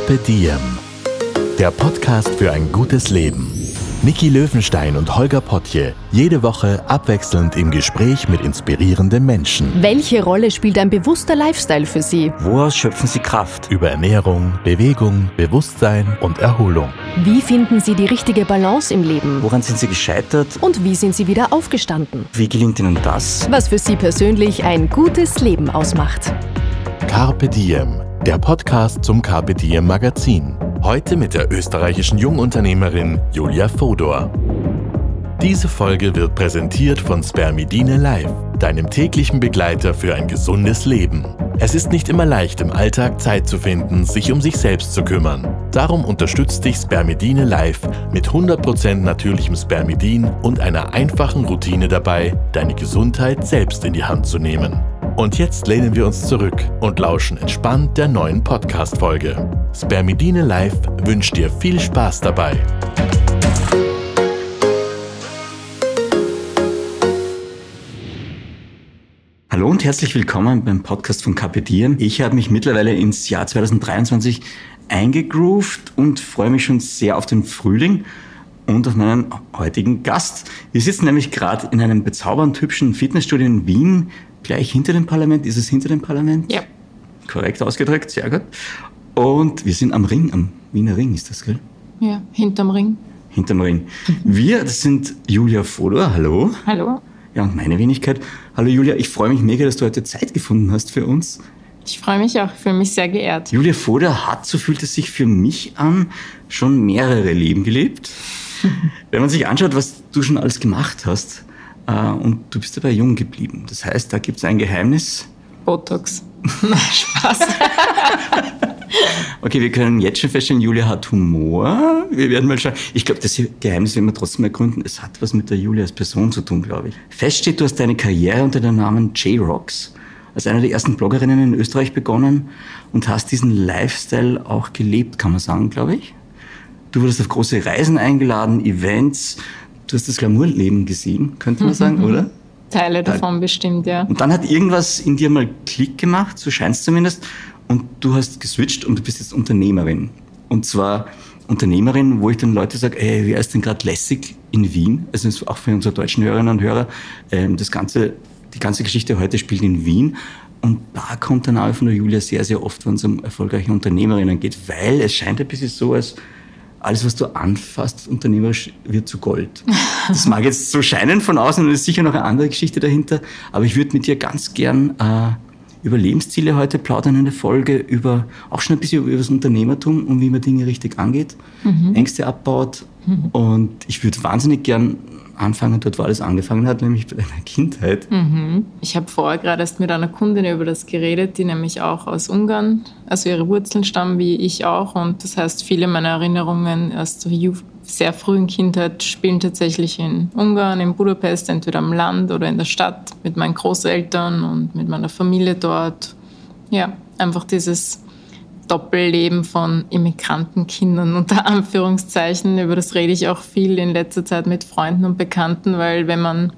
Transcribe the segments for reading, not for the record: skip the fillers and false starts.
Carpe Diem, der Podcast für ein gutes Leben. Niki Löwenstein und Holger Potje, jede Woche abwechselnd im Gespräch mit inspirierenden Menschen. Welche Rolle spielt ein bewusster Lifestyle für Sie? Woraus schöpfen Sie Kraft? Über Ernährung, Bewegung, Bewusstsein und Erholung. Wie finden Sie die richtige Balance im Leben? Woran sind Sie gescheitert? Und wie sind Sie wieder aufgestanden? Wie gelingt Ihnen das? Was für Sie persönlich ein gutes Leben ausmacht. Carpe Diem, der Podcast zum Carpe Diem Magazin. Heute mit der österreichischen Jungunternehmerin Julia Fodor. Diese Folge wird präsentiert von Spermidine Life, deinem täglichen Begleiter für ein gesundes Leben. Es ist nicht immer leicht, im Alltag Zeit zu finden, sich um sich selbst zu kümmern. Darum unterstützt dich Spermidine Life mit 100% natürlichem Spermidin und einer einfachen Routine dabei, deine Gesundheit selbst in die Hand zu nehmen. Und jetzt lehnen wir uns zurück und lauschen entspannt der neuen Podcast-Folge. Spermidine Life wünscht dir viel Spaß dabei. Hallo und herzlich willkommen beim Podcast von Carpe Diem. Ich habe mich mittlerweile ins Jahr 2023 eingegroovt und freue mich schon sehr auf den Frühling und auf meinen heutigen Gast. Wir sitzen nämlich gerade in einem bezaubernd hübschen Fitnessstudio in Wien, gleich hinter dem Parlament. Ist es hinter dem Parlament? Ja. Korrekt ausgedrückt, sehr gut. Und wir sind am Ring, am Wiener Ring ist das, gell? Ja, hinterm Ring. Hinterm Ring. Wir, das sind Julia Fodor, hallo. Hallo. Ja, und meine Wenigkeit. Hallo Julia, ich freue mich mega, dass du heute Zeit gefunden hast für uns. Ich freue mich auch, fühle mich sehr geehrt. Julia Fodor hat, so fühlt es sich für mich an, schon mehrere Leben gelebt. Wenn man sich anschaut, was du schon alles gemacht hast, und du bist dabei jung geblieben. Das heißt, da gibt es ein Geheimnis. Botox. Na, Spaß. Okay, wir können jetzt schon feststellen, Julia hat Humor. Wir werden mal schauen. Ich glaube, das Geheimnis werden wir trotzdem ergründen. Es hat was mit der Julia als Person zu tun, glaube ich. Fest steht, du hast deine Karriere unter dem Namen J-Rocks als eine der ersten Bloggerinnen in Österreich begonnen und hast diesen Lifestyle auch gelebt, kann man sagen, glaube ich. Du wurdest auf große Reisen eingeladen, Events. Du hast das Glamourleben gesehen, könnte man sagen, oder? Teile davon bestimmt, ja. Und dann hat irgendwas in dir mal Klick gemacht, so scheint es zumindest. Und du hast geswitcht und du bist jetzt Unternehmerin. Und zwar Unternehmerin, wo ich dann Leute sage, ey, wer ist denn gerade lässig in Wien? Also auch für unsere deutschen Hörerinnen und Hörer. Die ganze Geschichte heute spielt in Wien. Und da kommt der Name von der Julia sehr, sehr oft, wenn es um erfolgreiche Unternehmerinnen geht. Weil es scheint ein bisschen so, als alles, was du anfasst, unternehmerisch, wird zu Gold. Das mag jetzt so scheinen von außen und es ist sicher noch eine andere Geschichte dahinter. Aber ich würde mit dir ganz gern über Lebensziele heute plaudern in der Folge, auch schon ein bisschen über das Unternehmertum und wie man Dinge richtig angeht, Ängste abbaut. Und ich würde wahnsinnig gern anfangen, dort wo alles angefangen hat, nämlich bei deiner Kindheit. Ich habe vorher gerade erst mit einer Kundin über das geredet, die nämlich auch aus Ungarn, also ihre Wurzeln stammen wie ich auch. Und das heißt, viele meiner Erinnerungen aus der sehr frühen Kindheit spielen tatsächlich in Ungarn, in Budapest, entweder am Land oder in der Stadt mit meinen Großeltern und mit meiner Familie dort. Ja, einfach dieses Doppelleben von Immigrantenkindern unter Anführungszeichen. Über das rede ich auch viel in letzter Zeit mit Freunden und Bekannten, weil wenn man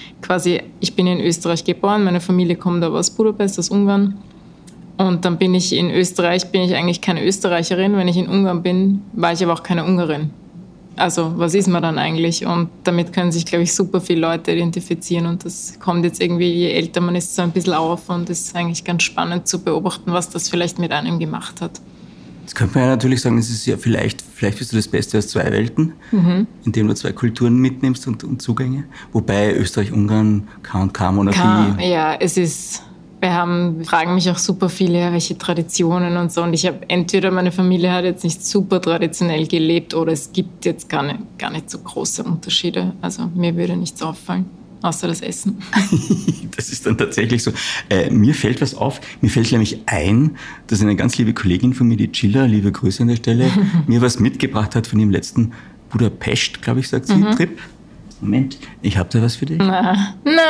ich bin in Österreich geboren, meine Familie kommt aber aus Budapest, aus Ungarn. Und dann bin ich in Österreich, bin ich eigentlich keine Österreicherin. Wenn ich in Ungarn bin, war ich aber auch keine Ungarin. Also was ist man dann eigentlich? Und damit können sich, glaube ich, super viele Leute identifizieren. Und das kommt jetzt irgendwie, je älter man ist, so ein bisschen auf. Und es ist eigentlich ganz spannend zu beobachten, was das vielleicht mit einem gemacht hat. Jetzt könnte man ja natürlich sagen, es ist ja vielleicht bist du das Beste aus zwei Welten, indem du zwei Kulturen mitnimmst und Zugänge. Wobei Österreich, Ungarn, K&K-Monarchie. Ja, es ist... fragen mich auch super viele, welche Traditionen und so. Und ich habe entweder, meine Familie hat jetzt nicht super traditionell gelebt oder es gibt jetzt gar nicht so große Unterschiede. Also mir würde nichts auffallen, außer das Essen. Das ist dann tatsächlich so. Mir fällt was auf. Mir fällt nämlich ein, dass eine ganz liebe Kollegin von mir, die Chilla, liebe Grüße an der Stelle, mir was mitgebracht hat von ihrem letzten Budapest, glaube ich, sagt sie, Trip. Moment, ich habe da was für dich. Na.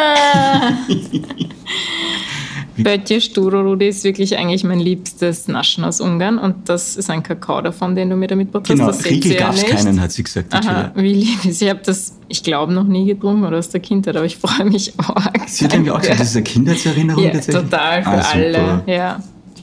Böttje Stúró ist wirklich eigentlich mein liebstes Naschen aus Ungarn und das ist ein Kakao davon, den du mir da mitgebracht hast. Genau, das Riegel gab es keinen, hat sie gesagt. Aha, wie lieb ist. Ich habe das, ich glaube, noch nie getrunken oder aus der Kindheit, aber ich freue mich arg. Sie hat irgendwie auch gesagt, das ist eine Kindheitserinnerung ja, tatsächlich? Total, für alle. Ja,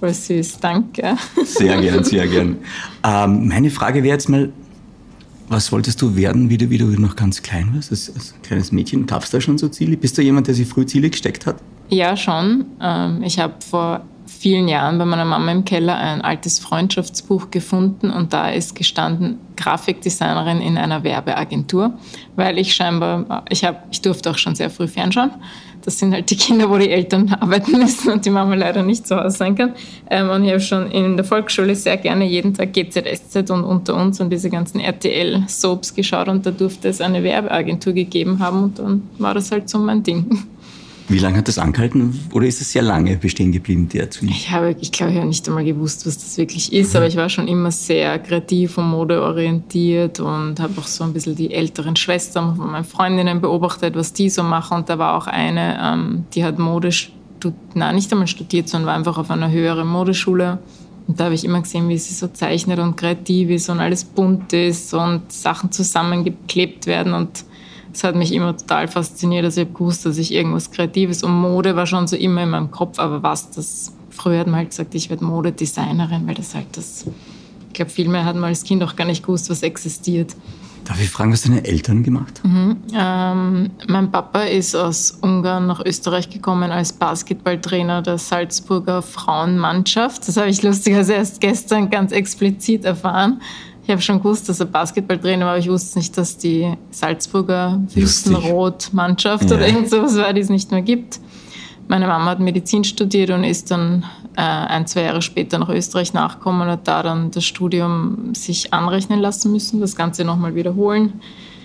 voll süß, danke. Sehr gern, sehr gern. Meine Frage wäre jetzt mal, was wolltest du werden, wie du noch ganz klein warst, als kleines Mädchen? Gab es da schon so Ziele? Bist du jemand, der sich früh Ziele gesteckt hat? Ja, schon. Ich habe vor vielen Jahren bei meiner Mama im Keller ein altes Freundschaftsbuch gefunden und da ist gestanden Grafikdesignerin in einer Werbeagentur, weil ich durfte auch schon sehr früh fernschauen. Das sind halt die Kinder, wo die Eltern arbeiten müssen und die Mama leider nicht zu Hause sein kann. Und ich habe schon in der Volksschule sehr gerne jeden Tag GZSZ und Unter uns und diese ganzen RTL-Soaps geschaut und da durfte es eine Werbeagentur gegeben haben und dann war das halt so mein Ding. Wie lange hat das angehalten oder ist es sehr lange bestehen geblieben, der Zug? Ich glaube, ich habe nicht einmal gewusst, was das wirklich ist, aber ich war schon immer sehr kreativ und modeorientiert und habe auch so ein bisschen die älteren Schwestern von meinen Freundinnen beobachtet, was die so machen. Und da war auch eine, die hat Mode nicht einmal studiert, sondern war einfach auf einer höheren Modeschule. Und da habe ich immer gesehen, wie sie so zeichnet und kreativ ist und alles bunt ist und Sachen zusammengeklebt werden und das hat mich immer total fasziniert. Also ich habe gewusst, dass ich irgendwas Kreatives und Mode war schon so immer in meinem Kopf. Aber früher hat man halt gesagt, ich werde Modedesignerin, weil das halt ich glaube, viel mehr hat man als Kind auch gar nicht gewusst, was existiert. Darf ich fragen, was deine Eltern gemacht haben? Mein Papa ist aus Ungarn nach Österreich gekommen als Basketballtrainer der Salzburger Frauenmannschaft. Das habe ich lustigerweise erst gestern ganz explizit erfahren. Ich habe schon gewusst, dass er Basketballtrainer war, aber ich wusste nicht, dass die Salzburger Wüstenrot-Mannschaft oder irgend sowas war, die es nicht mehr gibt. Meine Mama hat Medizin studiert und ist dann 1-2 Jahre später nach Österreich nachgekommen und hat da dann das Studium sich anrechnen lassen müssen, das Ganze nochmal wiederholen.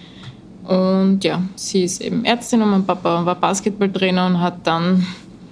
Und ja, sie ist eben Ärztin und mein Papa war Basketballtrainer und hat dann,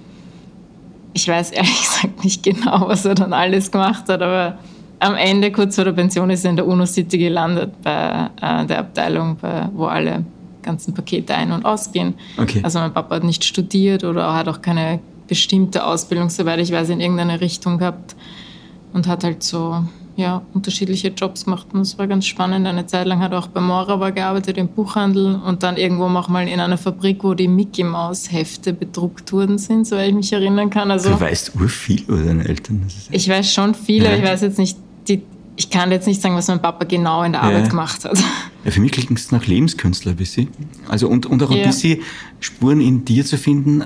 ich weiß ehrlich gesagt nicht genau, was er dann alles gemacht hat, aber am Ende, kurz vor der Pension, ist er in der UNO-City gelandet, bei der Abteilung, wo alle ganzen Pakete ein- und ausgehen. Okay. Also mein Papa hat nicht studiert oder hat auch keine bestimmte Ausbildung, soweit ich weiß, in irgendeine Richtung gehabt und hat halt so unterschiedliche Jobs gemacht und das war ganz spannend. Eine Zeit lang hat er auch bei Morava gearbeitet, im Buchhandel und dann irgendwo auch mal in einer Fabrik, wo die Mickey-Maus-Hefte bedruckt worden sind, soweit ich mich erinnern kann. Also, du weißt urviel über deine Eltern. Ich weiß schon viel, aber ich weiß jetzt nicht, ich kann jetzt nicht sagen, was mein Papa genau in der Arbeit gemacht hat. Ja, für mich klingt es nach Lebenskünstler ein bisschen. Also und auch ein bisschen Spuren in dir zu finden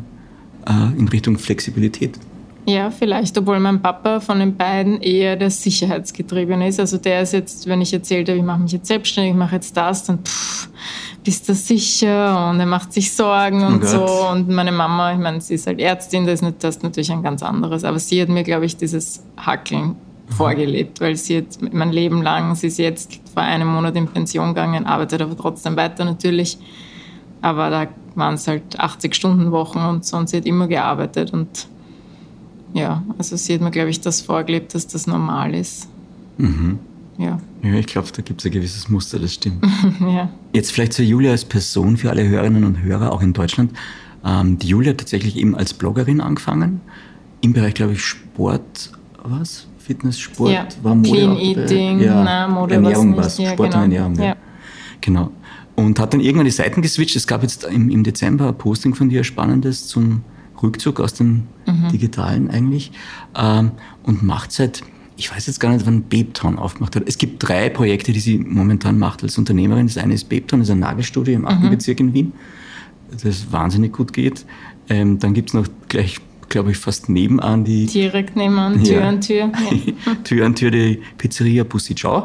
in Richtung Flexibilität. Ja, vielleicht, obwohl mein Papa von den beiden eher der Sicherheitsgetriebene ist. Also der ist jetzt, wenn ich erzählt habe, ich mache mich jetzt selbstständig, ich mache jetzt das, dann bist du sicher und er macht sich Sorgen und so. Und meine Mama, ich meine, sie ist halt Ärztin, das ist natürlich ein ganz anderes. Aber sie hat mir, glaube ich, dieses Hackeln vorgelebt, weil sie jetzt mein Leben lang, sie ist jetzt vor einem Monat in Pension gegangen, arbeitet aber trotzdem weiter natürlich. Aber da waren es halt 80-Stunden-Wochen und so und sie hat immer gearbeitet und ja, also sie hat mir, glaube ich, das vorgelebt, dass das normal ist. Mhm. Ja, ich glaube, da gibt es ein gewisses Muster, das stimmt. ja. Jetzt vielleicht zur Julia als Person, für alle Hörerinnen und Hörer, auch in Deutschland. Die Julia hat tatsächlich eben als Bloggerin angefangen, im Bereich, glaube ich, Sport, Fitness, Sport, war Mode Clean auch dabei. Eating, Mode Ernährung was nicht. Sport und Ernährung. Ja. Genau. Und hat dann irgendwann die Seiten geswitcht. Es gab jetzt im Dezember ein Posting von dir, Spannendes zum Rückzug aus dem Digitalen eigentlich. Und macht seit, ich weiß jetzt gar nicht, wann Babetown aufgemacht hat. Es gibt 3 Projekte, die sie momentan macht als Unternehmerin. Das eine ist Babetown, das ist ein Nagelstudio im 8. Bezirk in Wien, das wahnsinnig gut geht. Dann gibt es noch gleich, glaube ich, fast nebenan die... Direkt nebenan, Tür an Tür. Ja. Tür an Tür die Pizzeria Pussy Ciao.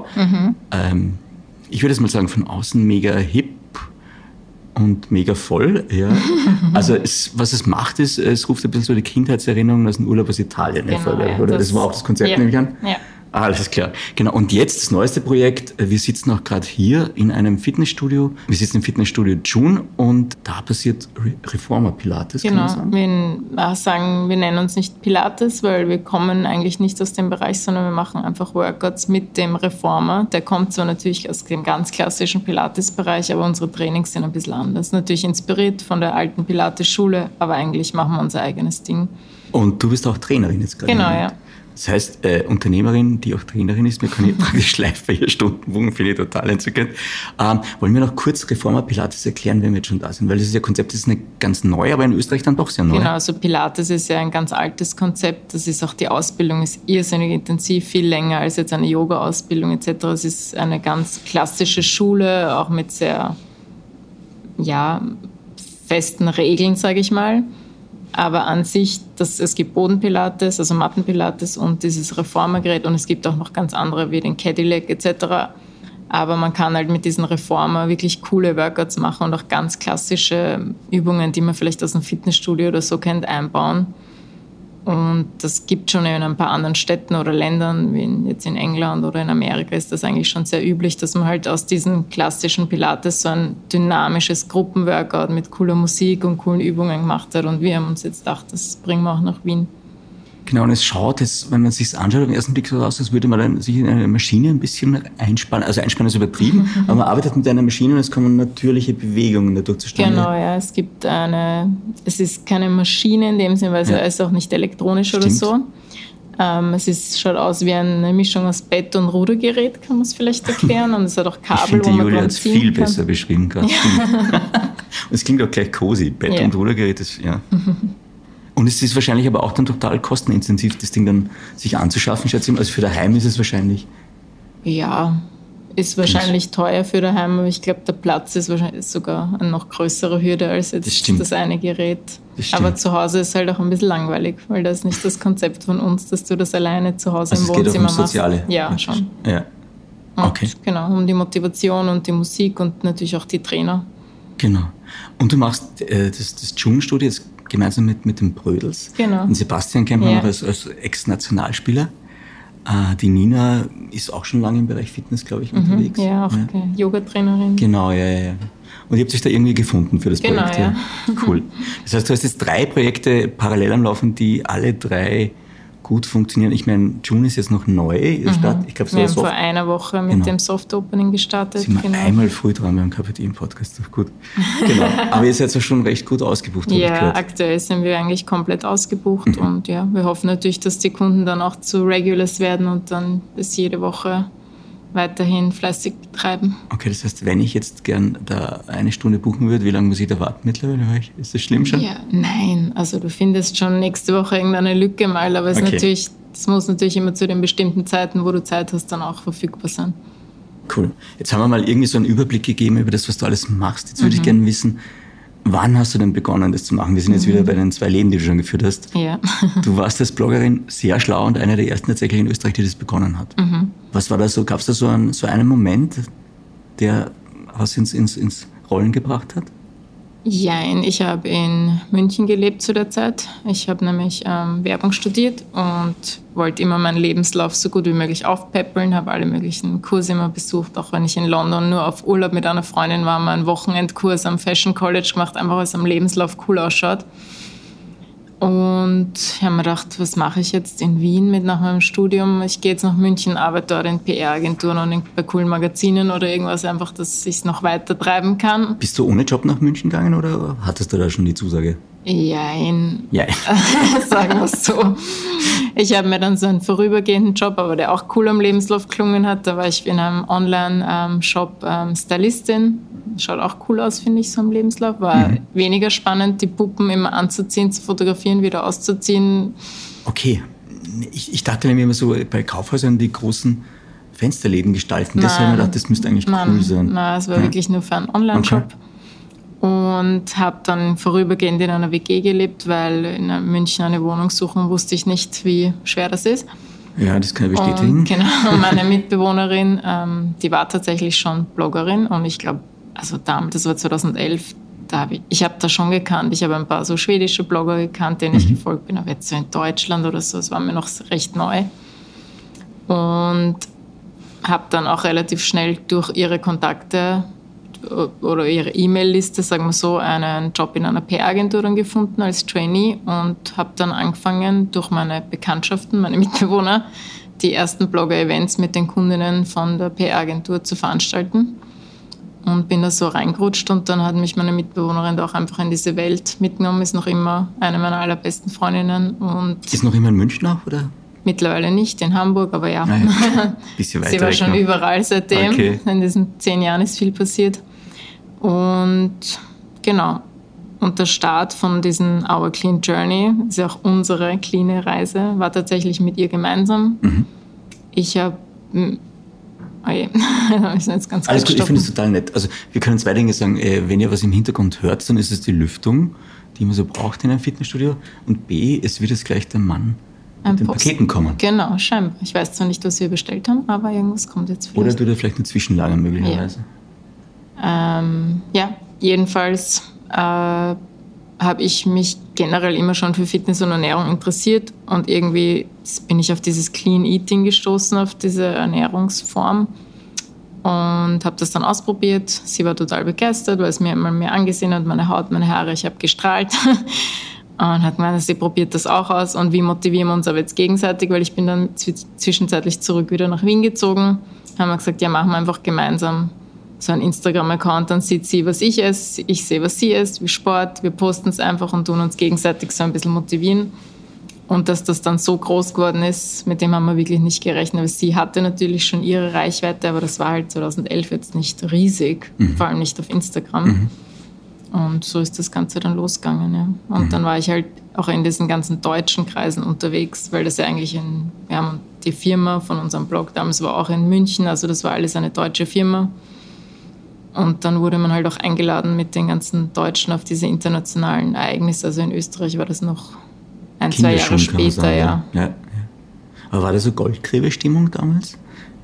Ich würde jetzt mal sagen, von außen mega hip und mega voll. Ja. Also was es macht, ist, es ruft ein bisschen so die Kindheitserinnerungen aus dem Urlaub aus Italien hervor. Oder das war auch das Konzept, nehme ich an? Ja. Alles klar. Genau. Und jetzt das neueste Projekt. Wir sitzen auch gerade hier in einem Fitnessstudio. Wir sitzen im Fitnessstudio June und da passiert Reformer Pilates. Genau. Wir nennen uns nicht Pilates, weil wir kommen eigentlich nicht aus dem Bereich, sondern wir machen einfach Workouts mit dem Reformer. Der kommt zwar natürlich aus dem ganz klassischen Pilates-Bereich, aber unsere Trainings sind ein bisschen anders. Natürlich inspiriert von der alten Pilates-Schule, aber eigentlich machen wir unser eigenes Ding. Und du bist auch Trainerin jetzt gerade. Genau, ja. Das heißt, Unternehmerin, die auch Trainerin ist, mir kann ich praktisch live bei ihr Stunden buchen, finde ich total entzückend. Wollen wir noch kurz Reformer Pilates erklären, wenn wir jetzt schon da sind? Weil das ist ja Konzept, das ist nicht ganz neu, aber in Österreich dann doch sehr neu. Genau, also Pilates ist ja ein ganz altes Konzept. Das ist auch, die Ausbildung ist irrsinnig intensiv, viel länger als jetzt eine Yoga-Ausbildung etc. Es ist eine ganz klassische Schule, auch mit sehr festen Regeln, sage ich mal. Aber an sich, es gibt Bodenpilates, also Mattenpilates und dieses Reformergerät und es gibt auch noch ganz andere wie den Cadillac etc. Aber man kann halt mit diesen Reformer wirklich coole Workouts machen und auch ganz klassische Übungen, die man vielleicht aus einem Fitnessstudio oder so kennt, einbauen. Und das gibt schon in ein paar anderen Städten oder Ländern, wie jetzt in England oder in Amerika ist das eigentlich schon sehr üblich, dass man halt aus diesen klassischen Pilates so ein dynamisches Gruppenworkout mit cooler Musik und coolen Übungen gemacht hat. Und wir haben uns jetzt gedacht, das bringen wir auch nach Wien. Genau, und es schaut, wenn man es sich anschaut, auf den ersten Blick so aus, als würde man dann sich in eine Maschine ein bisschen einspannen. Also einspannen ist übertrieben, aber man arbeitet mit einer Maschine und es kommen natürliche Bewegungen dadurch zustande. Genau, ja. Es ist keine Maschine in dem Sinne, weil es ist auch nicht elektronisch oder so. Schaut aus wie eine Mischung aus Bett und Rudergerät, kann man es vielleicht erklären. Und es hat auch Kabel, wo man Julia hat es viel kann. besser beschrieben gerade. Ja. Und es klingt auch gleich cozy. Bett und Rudergerät ist, Und es ist wahrscheinlich aber auch dann total kostenintensiv, das Ding dann sich anzuschaffen, schätze ich mal. Also für daheim ist es wahrscheinlich... Ja, ist wahrscheinlich teuer für daheim, aber ich glaube, der Platz ist wahrscheinlich sogar eine noch größere Hürde als jetzt das eine Gerät. Aber zu Hause ist halt auch ein bisschen langweilig, weil das ist nicht das Konzept von uns, dass du das alleine zu Hause im Wohnzimmer machst. Soziale. Ja, schon. Ja. Okay. Und, genau, um die Motivation und die Musik und natürlich auch die Trainer. Genau. Und du machst das June-Studio jetzt gemeinsam mit dem Brödels. Genau. Und Sebastian kennt man noch als Ex-Nationalspieler. Die Nina ist auch schon lange im Bereich Fitness, glaube ich, unterwegs. Ja, auch Yoga-Trainerin. Genau, ja. Und ihr habt euch da irgendwie gefunden für das Projekt. Genau, ja. Cool. Das heißt, du hast jetzt 3 Projekte parallel am Laufen, die alle 3 gut funktionieren. Ich meine, June ist jetzt noch neu. Ich glaub, wir haben vor einer Woche mit dem Soft-Opening gestartet. Sind wir einmal früh dran beim KPD im Podcast. Gut. Genau. Aber ihr seid ja schon recht gut ausgebucht. Ja, aktuell sind wir eigentlich komplett ausgebucht. Und wir hoffen natürlich, dass die Kunden dann auch zu Regulars werden und dann bis jede Woche weiterhin fleißig betreiben. Okay, das heißt, wenn ich jetzt gern da eine Stunde buchen würde, wie lange muss ich da warten mittlerweile? Ist das schlimm schon? Ja, nein. Also du findest schon nächste Woche irgendeine Lücke mal, aber es muss natürlich immer zu den bestimmten Zeiten, wo du Zeit hast, dann auch verfügbar sein. Cool. Jetzt haben wir mal irgendwie so einen Überblick gegeben über das, was du alles machst. Jetzt würde ich gerne wissen, wann hast du denn begonnen, das zu machen? Wir sind jetzt wieder bei den 2 Leben, die du schon geführt hast. Ja. Du warst als Bloggerin sehr schlau und eine der ersten tatsächlich in Österreich, die das begonnen hat. Was war da so? Gab es da so einen Moment, der was ins Rollen gebracht hat? Jein, ich habe in München gelebt zu der Zeit. Ich habe nämlich Werbung studiert und wollte immer meinen Lebenslauf so gut wie möglich aufpäppeln, habe alle möglichen Kurse immer besucht, auch wenn ich in London nur auf Urlaub mit einer Freundin war, mal einen Wochenendkurs am Fashion College gemacht, einfach weil es am Lebenslauf cool ausschaut. Und ich habe mir gedacht, was mache ich jetzt in Wien nach meinem Studium? Ich gehe jetzt nach München, arbeite dort in PR-Agenturen und bei coolen Magazinen oder irgendwas, einfach, dass ich es noch weiter treiben kann. Bist du ohne Job nach München gegangen oder hattest du da schon die Zusage? Jein. Sagen wir es so. Ich habe mir dann so einen vorübergehenden Job, aber der auch cool am Lebenslauf gelungen hat. Da war ich in einem Online-Shop Stylistin. Schaut auch cool aus, finde ich, so im Lebenslauf. War weniger spannend, die Puppen immer anzuziehen, zu fotografieren, wieder auszuziehen. Okay. Ich dachte nämlich immer so, bei Kaufhäusern die großen Fensterläden gestalten. Deshalb habe ich mir gedacht, das müsste eigentlich cool sein. Nein, es war wirklich nur für einen Online-Shop. Okay. Und habe dann vorübergehend in einer WG gelebt, weil in München eine Wohnung suchen wusste ich nicht, wie schwer das ist. Ja, das kann ich bestätigen. Und, genau, meine Mitbewohnerin, die war tatsächlich schon Bloggerin und ich glaube, also damals, das war 2011, ich habe das schon gekannt. Ich habe ein paar so schwedische Blogger gekannt, denen ich gefolgt bin, aber jetzt so in Deutschland oder so, es war mir noch recht neu. Und habe dann auch relativ schnell durch ihre Kontakte oder ihre E-Mail-Liste, sagen wir so, einen Job in einer PR-Agentur dann gefunden als Trainee und habe dann angefangen, durch meine Bekanntschaften, meine Mitbewohner, die ersten Blogger-Events mit den Kundinnen von der PR-Agentur zu veranstalten. Und bin da so reingerutscht und dann hat mich meine Mitbewohnerin da auch einfach in diese Welt mitgenommen, ist noch immer eine meiner allerbesten Freundinnen. Und ist noch immer in München auch, oder? Mittlerweile nicht in Hamburg, aber ja. Bisschen weiter sie war schon noch. überall seitdem. Okay. In diesen 10 Jahren ist viel passiert. Und genau. Und der Start von diesen Our Clean Journey, ist ja auch unsere clean Reise, war tatsächlich mit ihr gemeinsam. Ich habe... Oh je, da ist jetzt ganz Alles gut, ich stoppen. finde es total nett. Also wir können zwei Dinge sagen. Wenn ihr was im Hintergrund hört, dann ist es die Lüftung, die man so braucht in einem Fitnessstudio. Und B, es wird jetzt gleich der Mann mit den Paketen kommen. Genau, scheinbar. Ich weiß zwar nicht, was wir bestellt haben, aber irgendwas kommt jetzt vielleicht. Oder tut er vielleicht eine Zwischenlager möglicherweise? Ja, jedenfalls habe ich mich generell immer schon für Fitness und Ernährung interessiert und irgendwie bin ich auf dieses Clean Eating gestoßen, auf diese Ernährungsform und habe das dann ausprobiert. Sie war total begeistert, weil es mir immer mehr angesehen hat, meine Haut, meine Haare, ich habe gestrahlt und hat gemeint, sie probiert das auch aus und wie motivieren wir uns aber jetzt gegenseitig, weil ich bin dann zwischenzeitlich zurück wieder nach Wien gezogen, haben wir gesagt, ja, machen wir einfach gemeinsam so ein Instagram-Account, dann sieht sie, was ich esse, ich sehe, was sie isst, wie Sport, wir posten es einfach und tun uns gegenseitig so ein bisschen motivieren. Und dass das dann so groß geworden ist, mit dem haben wir wirklich nicht gerechnet. Weil sie hatte natürlich schon ihre Reichweite, aber das war halt 2011 jetzt nicht riesig, vor allem nicht auf Instagram. Und so ist das Ganze dann losgegangen. Ja. Und dann war ich halt auch in diesen ganzen deutschen Kreisen unterwegs, weil das ja eigentlich wir haben die Firma von unserem Blog damals war auch in München, also das war alles eine deutsche Firma. Und dann wurde man halt auch eingeladen mit den ganzen Deutschen auf diese internationalen Ereignisse. Also in Österreich war das noch 1-2 Jahre später, sagen, ja. Aber war das so Goldgräberstimmung damals?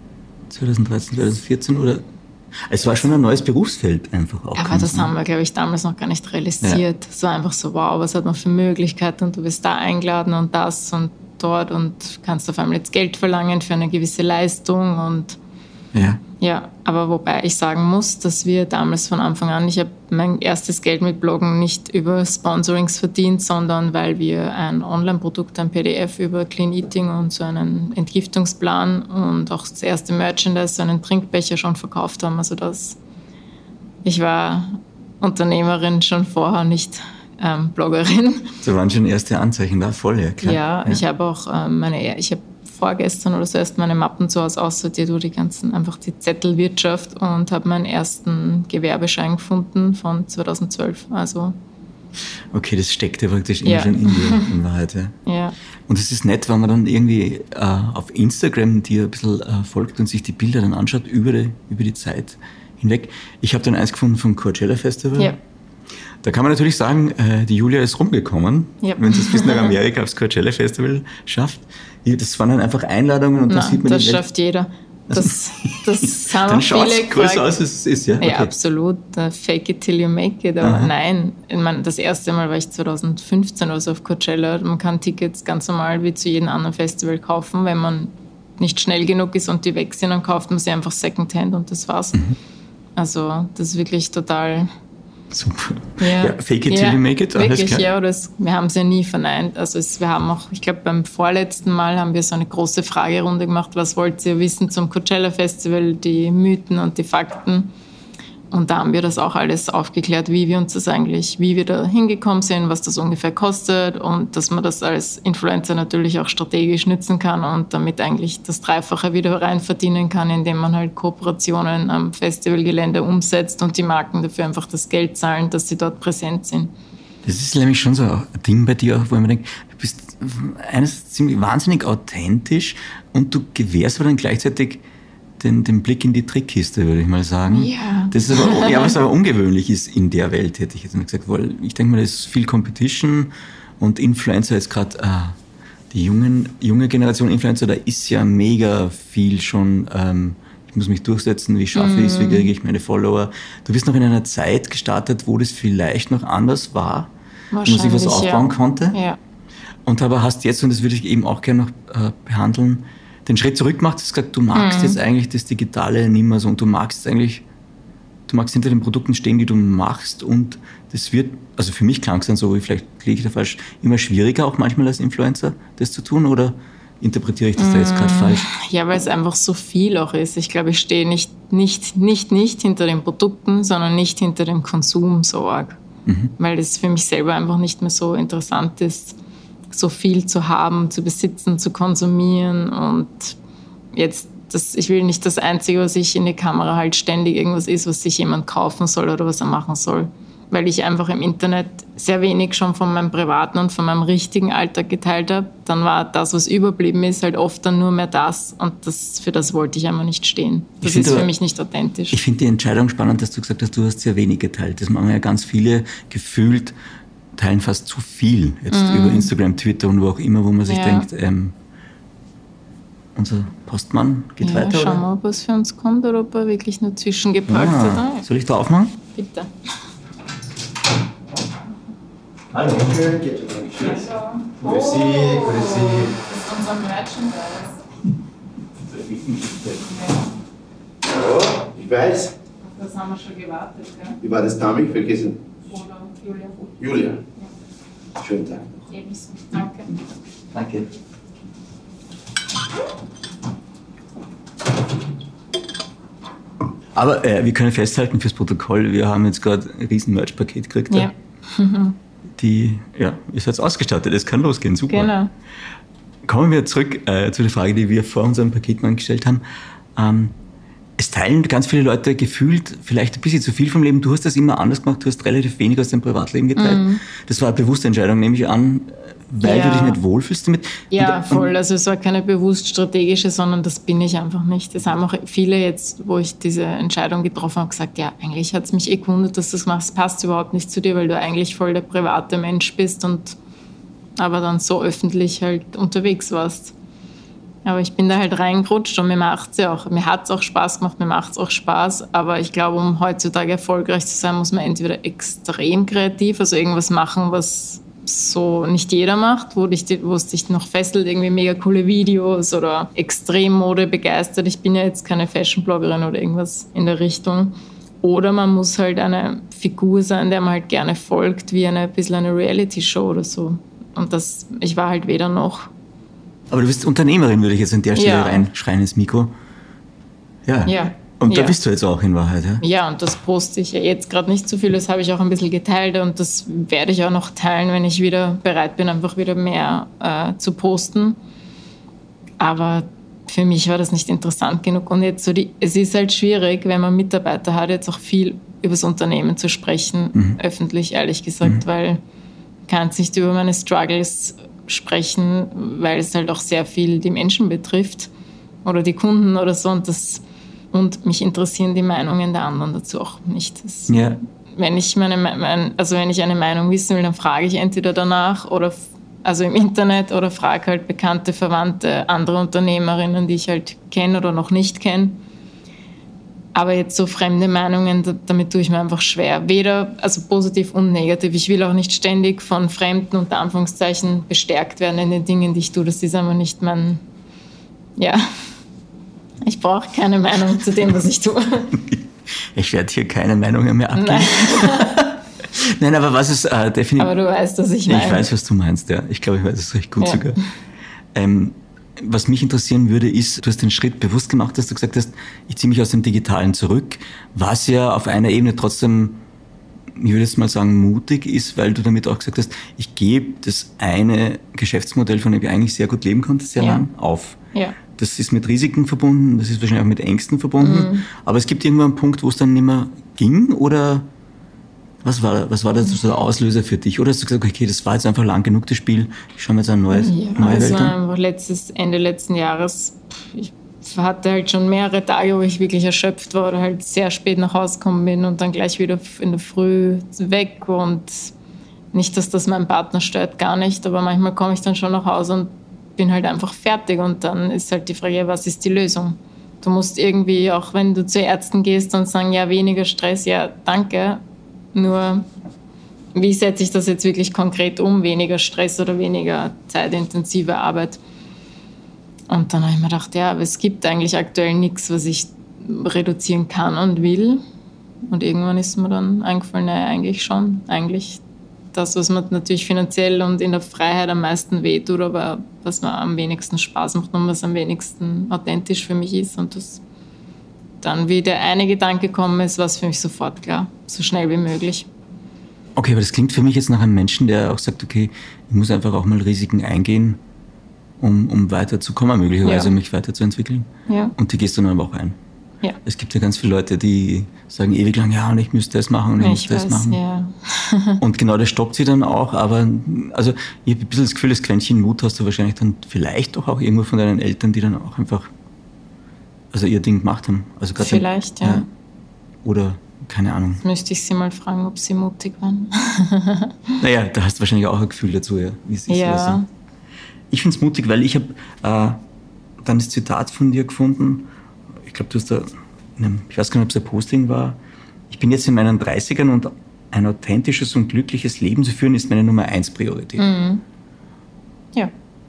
2013, 2014 oder? Es war schon ein neues Berufsfeld einfach auch. Aber das haben wir, glaube ich, damals noch gar nicht realisiert. Es war einfach so, wow, was hat man für Möglichkeiten und du bist da eingeladen und das und dort und kannst auf einmal jetzt Geld verlangen für eine gewisse Leistung und ja, aber wobei ich sagen muss, dass wir damals von Anfang an, ich habe mein erstes Geld mit Bloggen nicht über Sponsorings verdient, sondern weil wir ein Online-Produkt, ein PDF über Clean Eating und so einen Entgiftungsplan und auch das erste Merchandise, so einen Trinkbecher schon verkauft haben. Also ich war Unternehmerin schon vorher, nicht Bloggerin. Da waren schon erste Anzeichen da, voll, ja klar. Ja. Ich habe auch ich habe vorgestern oder so erst meine Mappen zu Hause aussortiert, einfach die Zettelwirtschaft und habe meinen ersten Gewerbeschein gefunden von 2012. Also okay, das steckt ja praktisch immer schon in dir, in Wahrheit. Ja. Und es ist nett, wenn man dann irgendwie auf Instagram dir ein bisschen folgt und sich die Bilder dann anschaut über die Zeit hinweg. Ich habe dann eins gefunden vom Coachella Festival. Ja. Da kann man natürlich sagen, die Julia ist rumgekommen, wenn sie es bis nach Amerika aufs Coachella Festival schafft. Das waren dann einfach Einladungen und dann sieht man das schafft jeder. Das haben dann auch schaut viele es größer aus, als es ist, ja? Okay. Ja, absolut. Fake it till you make it. Aber nein, ich meine, das erste Mal war ich 2015 oder so auf Coachella. Man kann Tickets ganz normal wie zu jedem anderen Festival kaufen. Wenn man nicht schnell genug ist und die weg sind, dann kauft man sie einfach Secondhand und das war's. Also das ist wirklich total... Super. Ja, fake it till you make it. Wirklich, ja. Wir haben es ja nie verneint. Also wir haben auch, ich glaube, beim vorletzten Mal haben wir so eine große Fragerunde gemacht. Was wollt ihr wissen zum Coachella Festival? Die Mythen und die Fakten. Und da haben wir das auch alles aufgeklärt, wie wir da hingekommen sind, was das ungefähr kostet und dass man das als Influencer natürlich auch strategisch nützen kann und damit eigentlich das Dreifache wieder rein verdienen kann, indem man halt Kooperationen am Festivalgelände umsetzt und die Marken dafür einfach das Geld zahlen, dass sie dort präsent sind. Das ist nämlich schon so ein Ding bei dir, wo ich mir denke, du bist eines ziemlich wahnsinnig authentisch und du gewährst aber dann gleichzeitig den Blick in die Trickkiste, würde ich mal sagen. Ja. Das ist aber, was aber ungewöhnlich ist in der Welt, hätte ich jetzt mal gesagt, weil ich denke mal, da ist viel Competition und Influencer jetzt gerade, die junge Generation Influencer, da ist ja mega viel schon, ich muss mich durchsetzen, wie schaffe ich es, wie kriege ich meine Follower. Du bist noch in einer Zeit gestartet, wo das vielleicht noch anders war, wo man sich was aufbauen konnte. Ja. Und aber hast jetzt, und das würde ich eben auch gerne noch behandeln, den Schritt zurück gemacht, hast gesagt, du magst jetzt eigentlich das Digitale nicht mehr so und du magst hinter den Produkten stehen, die du machst und das wird, also für mich klang es dann so, vielleicht liege ich da falsch, immer schwieriger auch manchmal als Influencer das zu tun oder interpretiere ich das da jetzt gerade falsch? Ja, weil es einfach so viel auch ist. Ich glaube, ich stehe nicht hinter den Produkten, sondern nicht hinter dem Konsum so arg, weil das für mich selber einfach nicht mehr so interessant ist. so viel zu haben, zu besitzen, zu konsumieren. Und jetzt, ich will nicht das Einzige, was ich in die Kamera halt ständig irgendwas ist, was sich jemand kaufen soll oder was er machen soll. Weil ich einfach im Internet sehr wenig schon von meinem privaten und von meinem richtigen Alltag geteilt habe. Dann war das, was überblieben ist, halt oft dann nur mehr das. Und für das wollte ich einfach nicht stehen. Das ist für mich nicht authentisch. Ich finde die Entscheidung spannend, dass du gesagt hast, du hast sehr wenig geteilt. Das machen ja ganz viele gefühlt, teilen fast zu viel. Jetzt über Instagram, Twitter und wo auch immer, wo man sich denkt, unser Postmann geht weiter, schauen oder? Wir mal, ob was für uns kommt oder ob er wirklich nur zwischengepackt hat. Soll ich da aufmachen? Bitte. Hallo, schön, geht schon. Tschüss. Grüß Sie, grüß Sie. Das ist unser Merchandise. Ja, ich weiß. Das haben wir schon gewartet, gell? Wie war das Name? Ich vergessen. Oder Julia. Julia. Schönen Tag. Ebenso. Danke. Danke. Aber wir können festhalten fürs Protokoll, wir haben jetzt gerade ein riesen Merch-Paket gekriegt. Ja. Ihr seid ausgestattet, es kann losgehen, super. Genau. Kommen wir zurück zu der Frage, die wir vor unserem Paketmann gestellt haben. Es teilen ganz viele Leute gefühlt vielleicht ein bisschen zu viel vom Leben. Du hast das immer anders gemacht, du hast relativ wenig aus deinem Privatleben geteilt. Das war eine bewusste Entscheidung, nehme ich an, weil du dich nicht wohlfühlst damit. Ja, voll. Also es war keine bewusst strategische, sondern das bin ich einfach nicht. Das haben auch viele jetzt, wo ich diese Entscheidung getroffen habe, gesagt, ja, eigentlich hat es mich gewundert, dass du das machst. Passt überhaupt nicht zu dir, weil du eigentlich voll der private Mensch bist und aber dann so öffentlich halt unterwegs warst. Aber ich bin da halt reingerutscht und mir hat es auch Spaß gemacht, mir macht es auch Spaß. Aber ich glaube, um heutzutage erfolgreich zu sein, muss man entweder extrem kreativ, also irgendwas machen, was so nicht jeder macht, wo es dich noch fesselt, irgendwie mega coole Videos oder Extremmode begeistert. Ich bin ja jetzt keine Fashion-Bloggerin oder irgendwas in der Richtung. Oder man muss halt eine Figur sein, der man halt gerne folgt, wie ein bisschen eine Reality-Show oder so. Und ich war halt weder noch. Aber du bist Unternehmerin, würde ich jetzt an der Stelle reinschreien ins Mikro. Ja. Und da bist du jetzt auch in Wahrheit, ja? Ja, und das poste ich ja jetzt gerade nicht so viel. Das habe ich auch ein bisschen geteilt und das werde ich auch noch teilen, wenn ich wieder bereit bin, einfach wieder mehr zu posten. Aber für mich war das nicht interessant genug. Und jetzt es ist halt schwierig, wenn man Mitarbeiter hat, jetzt auch viel über das Unternehmen zu sprechen, öffentlich, ehrlich gesagt, weil ich kann jetzt nicht über meine Struggles sprechen, weil es halt auch sehr viel die Menschen betrifft oder die Kunden oder so und mich interessieren die Meinungen der anderen dazu auch nicht. Wenn ich eine Meinung wissen will, dann frage ich entweder danach oder also im Internet oder frage halt bekannte, Verwandte, andere Unternehmerinnen, die ich halt kenne oder noch nicht kenne. Aber jetzt so fremde Meinungen, damit tue ich mir einfach schwer. Weder also positiv und negativ. Ich will auch nicht ständig von Fremden, unter Anführungszeichen, bestärkt werden in den Dingen, die ich tue. Das ist einfach nicht mein... Ja, ich brauche keine Meinung zu dem, was ich tue. Ich werde hier keine Meinungen mehr abgeben. Nein, aber was ist definitiv... Aber du weißt, was ich meine. Ich weiß, was du meinst, ja. Ich glaube, ich weiß es recht gut sogar. Was mich interessieren würde, ist, du hast den Schritt bewusst gemacht, dass du gesagt hast, ich ziehe mich aus dem Digitalen zurück, was ja auf einer Ebene trotzdem, ich würde jetzt mal sagen, mutig ist, weil du damit auch gesagt hast, ich gebe das eine Geschäftsmodell, von dem ich eigentlich sehr gut leben konnte, sehr lang auf. Ja. Das ist mit Risiken verbunden, das ist wahrscheinlich auch mit Ängsten verbunden, aber es gibt irgendwann einen Punkt, wo es dann nicht mehr ging, oder was war das so der Auslöser für dich? Oder hast du gesagt, okay, das war jetzt einfach lang genug, das Spiel, ich schaue mir jetzt eine neue Welt an? Das war einfach Ende letzten Jahres. Ich hatte halt schon mehrere Tage, wo ich wirklich erschöpft war oder halt sehr spät nach Hause gekommen bin und dann gleich wieder in der Früh weg. Und nicht, dass das meinen Partner stört, gar nicht, aber manchmal komme ich dann schon nach Hause und bin halt einfach fertig. Und dann ist halt die Frage, was ist die Lösung? Du musst irgendwie, auch wenn du zu Ärzten gehst und sagen, ja, weniger Stress, ja, danke. Nur, wie setze ich das jetzt wirklich konkret um? Weniger Stress oder weniger zeitintensive Arbeit? Und dann habe ich mir gedacht, ja, aber es gibt eigentlich aktuell nichts, was ich reduzieren kann und will. Und irgendwann ist mir dann eingefallen, naja, eigentlich schon. Eigentlich das, was mir natürlich finanziell und in der Freiheit am meisten wehtut, aber was mir am wenigsten Spaß macht und was am wenigsten authentisch für mich ist. Und das dann, wie der eine Gedanke gekommen ist, war es für mich sofort klar, so schnell wie möglich. Okay, aber das klingt für mich jetzt nach einem Menschen, der auch sagt, okay, ich muss einfach auch mal Risiken eingehen, um weiterzukommen, möglicherweise mich weiterzuentwickeln. Ja. Und die gehst du dann aber auch ein. Ja. Es gibt ja ganz viele Leute, die sagen ewig lang, ja, und ich müsste das machen und ich muss das machen. Ja. Und genau das stoppt sie dann auch, aber also ich habe ein bisschen das Gefühl, das Quäntchen Mut hast du wahrscheinlich dann vielleicht doch auch irgendwo von deinen Eltern, die dann auch einfach ihr Ding gemacht haben. Also vielleicht, ja. Oder keine Ahnung. Jetzt müsste ich sie mal fragen, ob sie mutig waren. Naja, da hast du wahrscheinlich auch ein Gefühl dazu, ja. Wie es ist, ja. Ich finde es mutig, weil ich habe dann das Zitat von dir gefunden. Ich glaube, du hast da, ich weiß gar nicht, ob es ein Posting war. Ich bin jetzt in meinen 30ern und ein authentisches und glückliches Leben zu führen, ist meine Nummer 1 Priorität. Mhm. Ja.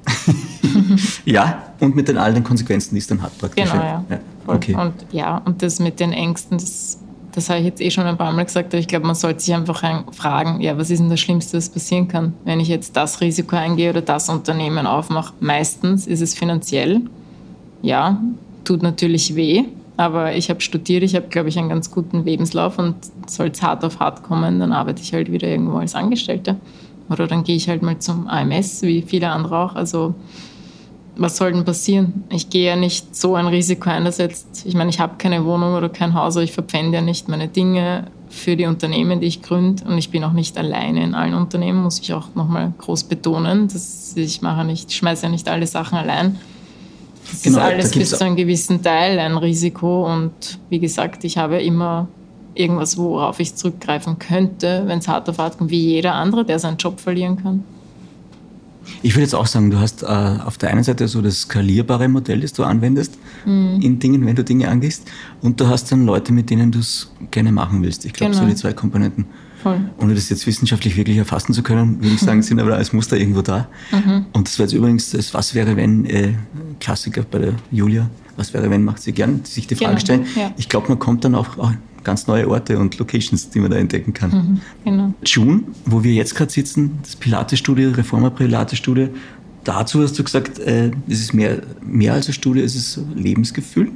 Ja, und mit all den Konsequenzen, die es dann hat praktisch. Genau, ja. Okay. Und das mit den Ängsten, das habe ich jetzt schon ein paar Mal gesagt, aber ich glaube, man sollte sich einfach fragen, ja, was ist denn das Schlimmste, was passieren kann, wenn ich jetzt das Risiko eingehe oder das Unternehmen aufmache? Meistens ist es finanziell. Ja, tut natürlich weh, aber ich habe studiert, ich habe, glaube ich, einen ganz guten Lebenslauf und soll es hart auf hart kommen, dann arbeite ich halt wieder irgendwo als Angestellte. Oder dann gehe ich halt mal zum AMS, wie viele andere auch. Also was soll denn passieren? Ich gehe ja nicht so ein Risiko ein, das jetzt, ich meine, ich habe keine Wohnung oder kein Haus, aber ich verpfände ja nicht meine Dinge für die Unternehmen, die ich gründe. Und ich bin auch nicht alleine in allen Unternehmen, muss ich auch nochmal groß betonen. Ich schmeiße ja nicht alle Sachen allein. Das ist alles bis zu einem gewissen Teil ein Risiko. Und wie gesagt, ich habe immer irgendwas, worauf ich zurückgreifen könnte, wenn es hart auf hart kommt, wie jeder andere, der seinen Job verlieren kann. Ich würde jetzt auch sagen, du hast auf der einen Seite so das skalierbare Modell, das du anwendest in Dingen, wenn du Dinge angehst, und du hast dann Leute, mit denen du es gerne machen willst. Ich glaube, so die zwei Komponenten. Voll. Ohne das jetzt wissenschaftlich wirklich erfassen zu können, würde ich sagen, sind aber als Muster irgendwo da. Und das war jetzt übrigens das Was wäre wenn Klassiker bei der Julia. Was wäre wenn, macht sie gern, sich die Frage stellen. Ja. Ich glaube, man kommt dann auf ganz neue Orte und Locations, die man da entdecken kann. Genau. June, wo wir jetzt gerade sitzen, das Pilates-Studio, Reformer Pilates-Studio, dazu hast du gesagt, es ist mehr als ein Studio, es ist Lebensgefühl.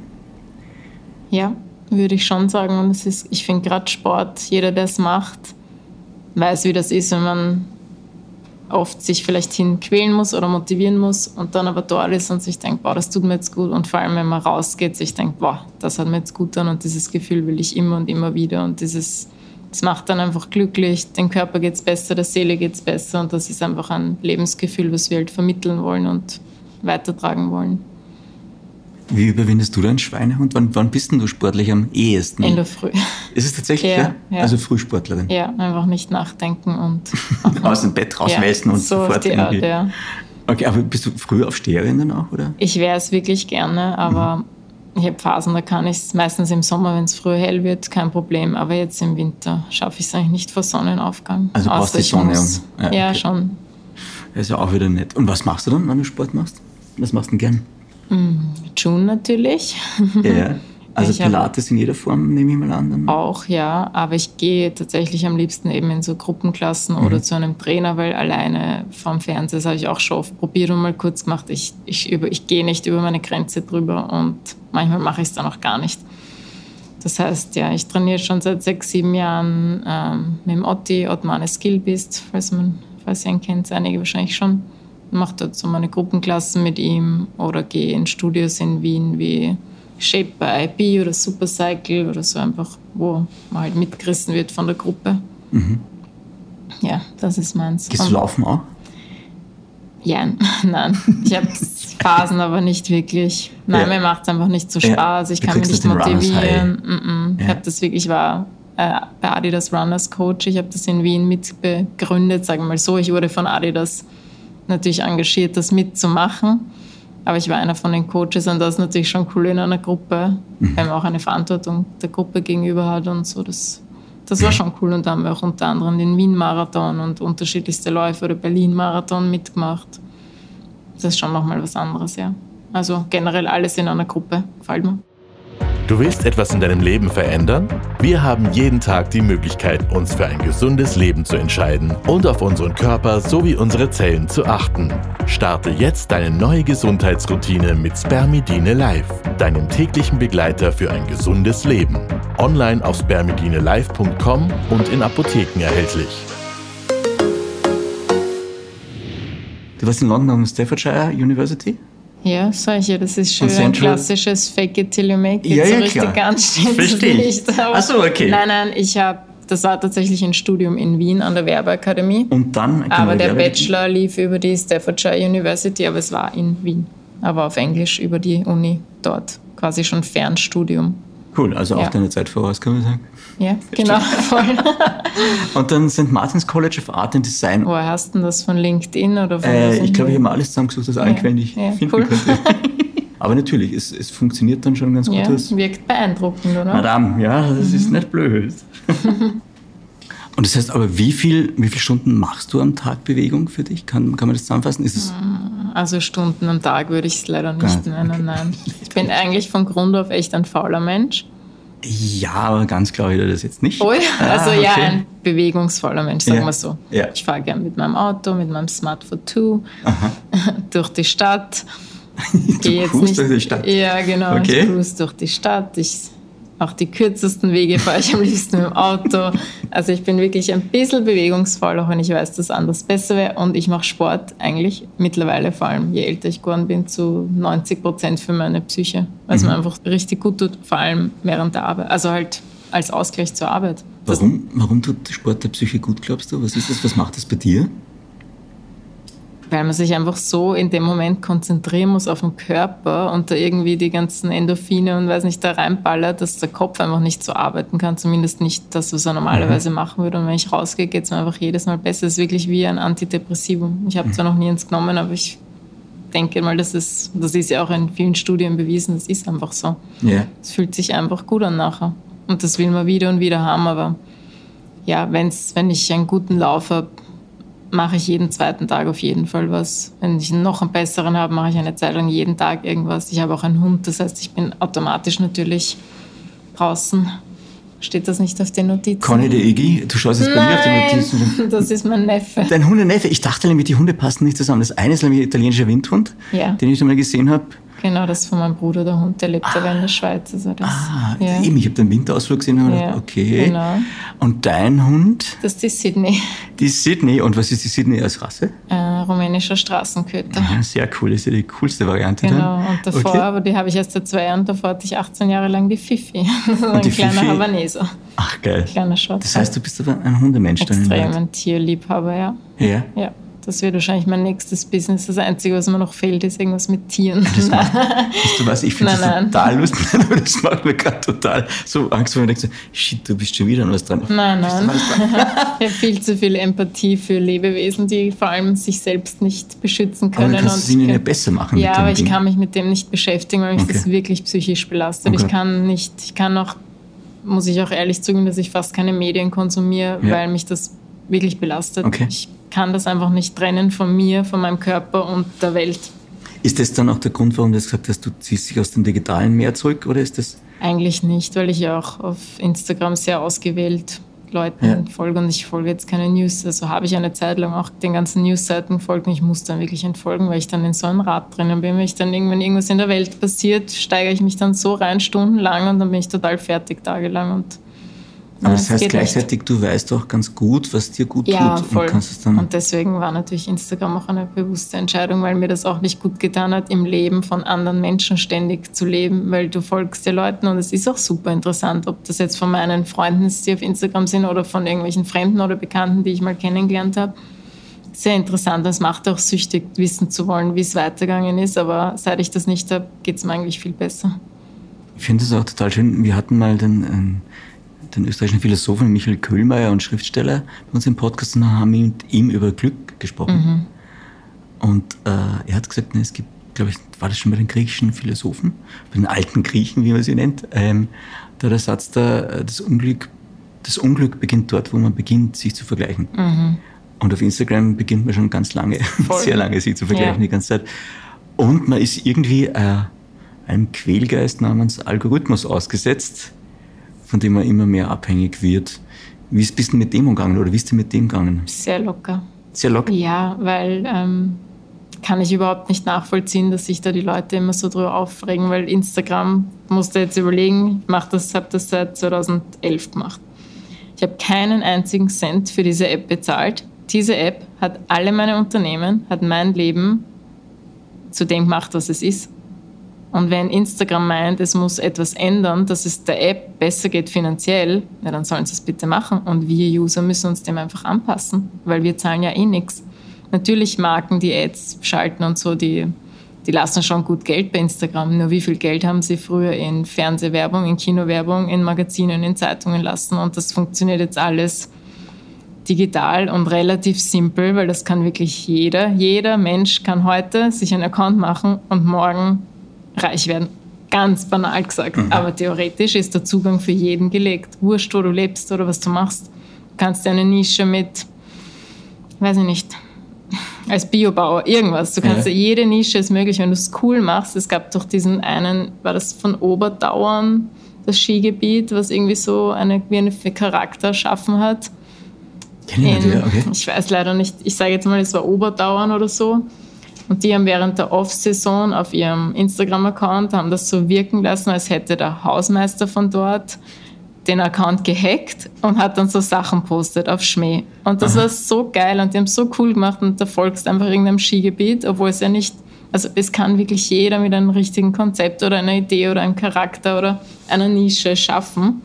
Ja, würde ich schon sagen. Und ich finde gerade Sport, jeder, der es macht, weiß, wie das ist, wenn man oft sich vielleicht hinquälen muss oder motivieren muss und dann aber dort ist und sich denkt, boah, das tut mir jetzt gut. Und vor allem, wenn man rausgeht, sich denkt, boah, das hat mir jetzt gut getan und dieses Gefühl will ich immer und immer wieder. Und das macht dann einfach glücklich, dem Körper geht es besser, der Seele geht es besser und das ist einfach ein Lebensgefühl, was wir halt vermitteln wollen und weitertragen wollen. Wie überwindest du deinen Schweinehund? Wann bist denn du sportlich am ehesten? In der Früh. Ist es tatsächlich, ja? Also Frühsportlerin? Ja, einfach nicht nachdenken und... Aus dem Bett rausmessen und so sofort irgendwie... Ja. Okay, aber bist du Frühaufsteherin dann auch, oder? Ich wäre es wirklich gerne, aber ich habe Phasen, da kann ich es meistens im Sommer, wenn es früh hell wird, kein Problem. Aber jetzt im Winter schaffe ich es eigentlich nicht vor Sonnenaufgang. Also brauchst du die Sonne um? Ja, schon. Das ist ja auch wieder nett. Und was machst du dann, wenn du Sport machst? Was machst du denn gern? June natürlich. Ja, also Pilates in jeder Form, nehme ich mal an. Dann. Auch, ja. Aber ich gehe tatsächlich am liebsten eben in so Gruppenklassen oder zu einem Trainer, weil alleine vom Fernseher, das habe ich auch schon oft probiert und mal kurz gemacht. Ich gehe nicht über meine Grenze drüber und manchmal mache ich es dann auch gar nicht. Das heißt, ja, ich trainiere schon seit 6-7 Jahren mit dem Ottmane Skillbeast, falls ihr ihn kennt, einige wahrscheinlich schon. Mache dort so meine Gruppenklassen mit ihm oder gehe in Studios in Wien wie Shape by IB oder Supercycle oder so einfach, wo man halt mitgerissen wird von der Gruppe. Ja, das ist meins. Gehst du laufen auch? Ja, nein. Ich habe Phasen, aber nicht wirklich. Nein, mir macht es einfach nicht so Spaß. Ich kann mich nicht motivieren. Ich habe das wirklich, war bei Adidas Runners Coach. Ich habe das in Wien mitbegründet, sagen wir mal so. Ich wurde von Adidas natürlich engagiert, das mitzumachen. Aber ich war einer von den Coaches und das ist natürlich schon cool in einer Gruppe, weil man auch eine Verantwortung der Gruppe gegenüber hat und so. Das war schon cool und da haben wir auch unter anderem den Wien-Marathon und unterschiedlichste Läufe oder Berlin-Marathon mitgemacht. Das ist schon nochmal was anderes, ja. Also generell alles in einer Gruppe, gefällt mir. Du willst etwas in deinem Leben verändern? Wir haben jeden Tag die Möglichkeit, uns für ein gesundes Leben zu entscheiden und auf unseren Körper sowie unsere Zellen zu achten. Starte jetzt deine neue Gesundheitsroutine mit Spermidine Live, deinem täglichen Begleiter für ein gesundes Leben. Online auf spermidinelive.com und in Apotheken erhältlich. Du warst in London am Staffordshire University? Ja, solche, das ist schon Und ein Central- klassisches Fake it till you make it. Ja, so ja, richtig klar. ganz stimmt es Verstehe ich. nicht. Aber- Ach so, okay. Nein, das war tatsächlich ein Studium in Wien an der Werbeakademie. Und dann... Aber der Bachelor lief über die Staffordshire University, aber es war in Wien. Aber auf Englisch über die Uni dort. Quasi schon Fernstudium. Cool, also auch Ja. deine Zeit voraus, kann man sagen. Ja, genau, voll. Und dann St. Martin's College of Art and Design. Woher hast du denn das, von LinkedIn oder von was? Ich glaube, ich habe mal alles zusammengesucht, aus allen Quellen, die ich Ja, finden cool. konnte. Aber natürlich, es funktioniert dann schon ganz gut. Ja, Das wirkt beeindruckend, oder? Madame, ja, das ist nicht blöd. Und das heißt aber, wie viel Stunden machst du am Tag Bewegung für dich? Kann man das zusammenfassen? Ist es Also Stunden am Tag würde ich es leider nicht Gar- nennen, nein. Ich bin eigentlich von Grund auf echt ein fauler Mensch. ja, aber ganz klar wieder das jetzt nicht. Oh ja, also ja, okay. ein bewegungsvoller Mensch, sagen Ja. wir so. Ja. Ich fahre gern mit meinem Auto, mit meinem Smartphone 2 durch die Stadt. Geh jetzt cruist nicht, durch die Stadt? Ja, genau. Okay. Ich cruise durch die Stadt. Auch die kürzesten Wege fahre ich am liebsten mit dem Auto. Also ich bin wirklich ein bisschen bewegungsvoll, auch wenn ich weiß, dass anders besser wäre. Und ich mache Sport eigentlich mittlerweile, vor allem je älter ich geworden bin, zu 90% für meine Psyche. Weil es mir einfach richtig gut tut, vor allem während der Arbeit. Also halt als Ausgleich zur Arbeit. Warum tut Sport der Psyche gut, glaubst du? Was ist das? Was macht das bei dir? Weil man sich einfach so in dem Moment konzentrieren muss auf den Körper und da irgendwie die ganzen Endorphine und weiß nicht da reinballert, dass der Kopf einfach nicht so arbeiten kann, zumindest nicht das, was er normalerweise machen würde. Und wenn ich rausgehe, geht es mir einfach jedes Mal besser. Es ist wirklich wie ein Antidepressivum. Ich habe zwar noch nie eins genommen, aber ich denke mal, das ist ja auch in vielen Studien bewiesen, das ist einfach so. Ja. Es fühlt sich einfach gut an nachher. Und das will man wieder und wieder haben, aber ja, wenn ich einen guten Lauf habe, mache ich jeden zweiten Tag auf jeden Fall was. Wenn ich noch einen besseren habe, mache ich eine Zeit lang jeden Tag irgendwas. Ich habe auch einen Hund, das heißt, ich bin automatisch natürlich draußen. Steht das nicht auf den Notizen? Conny de Iggy, du schaust jetzt bei mir auf die Notizen. Nein, das ist mein Neffe. Dein Hundeneffe, ich dachte nämlich, die Hunde passen nicht zusammen. Das eine ist nämlich ein italienischer Windhund, Ja. den ich schon mal gesehen habe. Genau, das ist von meinem Bruder, der Hund, der lebt aber in der Schweiz. Also das, ja. Eben, ich habe den Winterausflug gesehen und habe Ja, gedacht, okay. genau. Und dein Hund, Das ist die Sydney, die Sydney. Und was ist die Sydney als Rasse? rumänischer Straßenköter. Ja, sehr cool, das ist ja die coolste Variante Genau, dann. und davor, Okay. aber die habe ich erst seit 2 Jahren, davor hatte ich 18 Jahre lang die Fifi. Ein die kleiner Fifi? Havaneser, Ach, geil. kleiner Schwarzer. Das heißt, du bist aber ein Hundemensch dann in Extrem Wahrheit. ein Tierliebhaber, ja. Ja. Ja, das wird wahrscheinlich mein nächstes Business. Das Einzige, was mir noch fehlt, ist irgendwas mit Tieren. Weißt du was, ich finde das Nein. total lustig, aber das macht mir gerade total so Angst, wenn man denkt so, shit, du bist schon wieder an was dran. Nein. Bist du an was dran? Ich habe viel zu viel Empathie für Lebewesen, die vor allem sich selbst nicht beschützen Aber können. dann kannst du es ihnen ja besser machen Ja, mit dem aber ich Ding. kann mich mit dem nicht beschäftigen, weil mich Okay. das wirklich psychisch belastet. Okay. Ich kann auch, muss ich auch ehrlich zugeben, dass ich fast keine Medien konsumiere, Ja. weil mich das wirklich belastet. Okay. Ich kann das einfach nicht trennen von mir, von meinem Körper und der Welt. Ist das dann auch der Grund, warum du gesagt hast, du ziehst dich aus dem Digitalen mehr zurück, oder ist das... Eigentlich nicht, weil ich ja auch auf Instagram sehr ausgewählt Leuten folge und ich folge jetzt keine News. Also habe ich eine Zeit lang auch den ganzen Newsseiten gefolgt und ich muss dann wirklich entfolgen, weil ich dann in so einem Rad drinnen bin. Wenn ich dann irgendwann irgendwas in der Welt passiert, steigere ich mich dann so rein stundenlang und dann bin ich total fertig tagelang. Und Aber nein, das es heißt geht gleichzeitig, du weißt auch ganz gut, was dir gut ja, tut. voll. Und kannst es dann... Und deswegen war natürlich Instagram auch eine bewusste Entscheidung, weil mir das auch nicht gut getan hat, im Leben von anderen Menschen ständig zu leben, weil du folgst dir Leuten und es ist auch super interessant, ob das jetzt von meinen Freunden ist, die auf Instagram sind oder von irgendwelchen Fremden oder Bekannten, die ich mal kennengelernt habe. Sehr interessant. Es macht auch süchtig, wissen zu wollen, wie es weitergegangen ist, aber seit ich das nicht habe, geht es mir eigentlich viel besser. Ich finde es auch total schön. Wir hatten mal den österreichischen Philosophen Michael Köhlmeier und Schriftsteller bei uns im Podcast und haben mit ihm über Glück gesprochen. Und er hat gesagt, es gibt, glaube ich, war das schon bei den griechischen Philosophen, bei den alten Griechen, wie man sie nennt, da der Satz da, das Unglück beginnt dort, wo man beginnt, sich zu vergleichen. Und auf Instagram beginnt man schon ganz lange, sehr lange sich zu vergleichen, Ja. die ganze Zeit. Und man ist irgendwie einem Quälgeist namens Algorithmus ausgesetzt, von dem man immer mehr abhängig wird. Wie bist du mit dem umgegangen oder wie ist du mit dem gegangen? Sehr locker. Sehr locker. Ja, weil kann ich überhaupt nicht nachvollziehen, dass sich da die Leute immer so drüber aufregen, weil Instagram, musst du jetzt überlegen, ich habe das seit 2011 gemacht. Ich habe keinen einzigen Cent für diese App bezahlt. diese App hat alle meine Unternehmen, hat mein Leben zu dem gemacht, was es ist. Und wenn Instagram meint, es muss etwas ändern, dass es der App besser geht finanziell, ja, dann sollen sie es bitte machen. Und wir User müssen uns dem einfach anpassen, weil wir zahlen ja eh nichts. Natürlich Marken, die Ads schalten und so, die lassen schon gut Geld bei Instagram. Nur wie viel Geld haben sie früher in Fernsehwerbung, in Kinowerbung, in Magazinen, in Zeitungen lassen? Und das funktioniert jetzt alles digital und relativ simpel, weil das kann wirklich jeder. Jeder Mensch kann heute sich einen Account machen und morgen reich werden. Ganz banal gesagt. Aber theoretisch ist der Zugang für jeden gelegt. Wurscht, wo du lebst oder was du machst. Du kannst dir eine Nische mit, weiß ich nicht, als Biobauer, irgendwas. Du kannst jede Nische ist möglich, wenn du es cool machst. Es gab doch diesen einen, war das von Obertauern, das Skigebiet, was irgendwie so wie einen Charakter erschaffen hat. Okay. Ich weiß leider nicht, ich sage jetzt mal, es war Obertauern oder so. Und die haben während der Off-Saison auf ihrem Instagram-Account haben das so wirken lassen, als hätte der Hausmeister von dort den Account gehackt und hat dann so Sachen postet auf Schmäh. Und das war so geil und die haben es so cool gemacht und da folgst einfach irgendeinem Skigebiet, obwohl es ja nicht, also es kann wirklich jeder mit einem richtigen Konzept oder einer Idee oder einem Charakter oder einer Nische schaffen.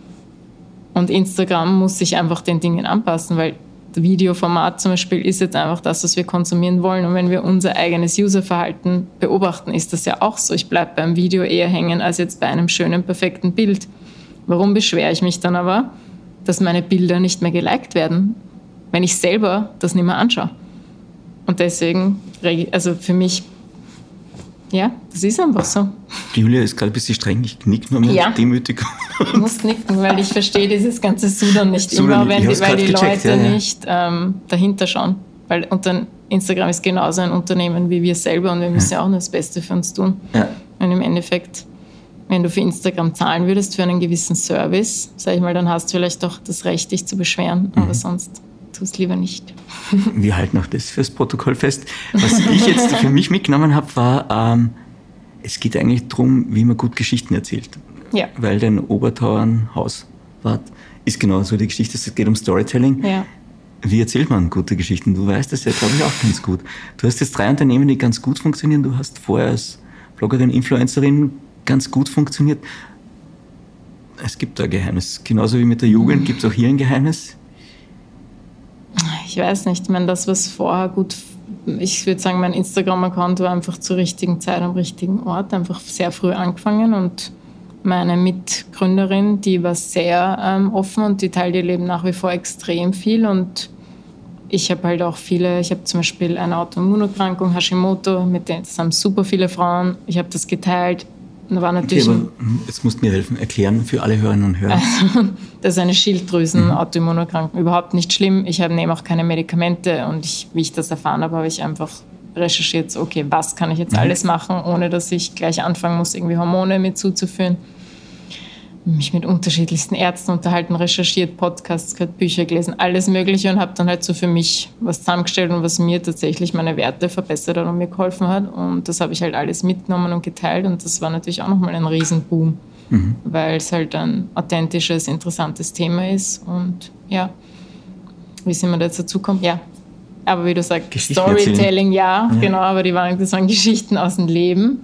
Und Instagram muss sich einfach den Dingen anpassen, weil das Videoformat zum Beispiel ist jetzt einfach das, was wir konsumieren wollen. Und wenn wir unser eigenes Userverhalten beobachten, ist das ja auch so. Ich bleibe beim Video eher hängen als jetzt bei einem schönen, perfekten Bild. Warum beschwere ich mich dann aber, dass meine Bilder nicht mehr geliked werden, wenn ich selber das nicht mehr anschaue? Und deswegen, also für mich, ja, das ist einfach so. Julia ist gerade ein bisschen streng, ich knick nur mal demütig. Du musst knicken, weil ich verstehe dieses ganze Sudern nicht immer, weil die Leute nicht dahinter schauen. Weil Instagram ist genauso ein Unternehmen wie wir selber und wir müssen ja auch nur das Beste für uns tun. Ja. Und im Endeffekt, wenn du für Instagram zahlen würdest für einen gewissen Service, sag ich mal, dann hast du vielleicht doch das Recht, dich zu beschweren, aber sonst tu es lieber nicht. Wir halten auch das fürs Protokoll fest. Was ich jetzt für mich mitgenommen habe, war, es geht eigentlich darum, wie man gut Geschichten erzählt. Ja. Weil dein Obertauern-Hauswart ist genau so die Geschichte, es geht um Storytelling. Ja. Wie erzählt man gute Geschichten? Du weißt das ja, glaube ich, auch ganz gut. Du hast jetzt 3 Unternehmen, die ganz gut funktionieren. Du hast vorher als Bloggerin, Influencerin ganz gut funktioniert. Es gibt da ein Geheimnis. Genauso wie mit der Jugend gibt es auch hier ein Geheimnis. Ich weiß nicht, ich meine, das, was vorher ich würde sagen, mein Instagram-Account war einfach zur richtigen Zeit am richtigen Ort, einfach sehr früh angefangen und meine Mitgründerin, die war sehr offen und die teilt ihr Leben nach wie vor extrem viel und ich habe halt auch ich habe zum Beispiel eine Autoimmunerkrankung, Hashimoto, das haben super viele Frauen, ich habe das geteilt. Da war natürlich aber jetzt musst du mir helfen, erklären für alle Hörerinnen und Hörer. Also, das ist eine Schilddrüsen-Autoimmunerkrankung, überhaupt nicht schlimm. Ich nehme auch keine Medikamente und wie ich das erfahren habe, habe ich einfach recherchiert, so, okay, was kann ich jetzt alles machen, ohne dass ich gleich anfangen muss, irgendwie Hormone mit zuzuführen. Mich mit unterschiedlichsten Ärzten unterhalten, recherchiert, Podcasts gehört, Bücher gelesen, alles Mögliche und habe dann halt so für mich was zusammengestellt und was mir tatsächlich meine Werte verbessert hat und mir geholfen hat. Und das habe ich halt alles mitgenommen und geteilt und das war natürlich auch nochmal ein Riesenboom, weil es halt ein authentisches, interessantes Thema ist. Und ja, wie sind wir da jetzt dazu gekommen? Ja, aber wie du sagst, Storytelling, genau, aber das waren Geschichten aus dem Leben.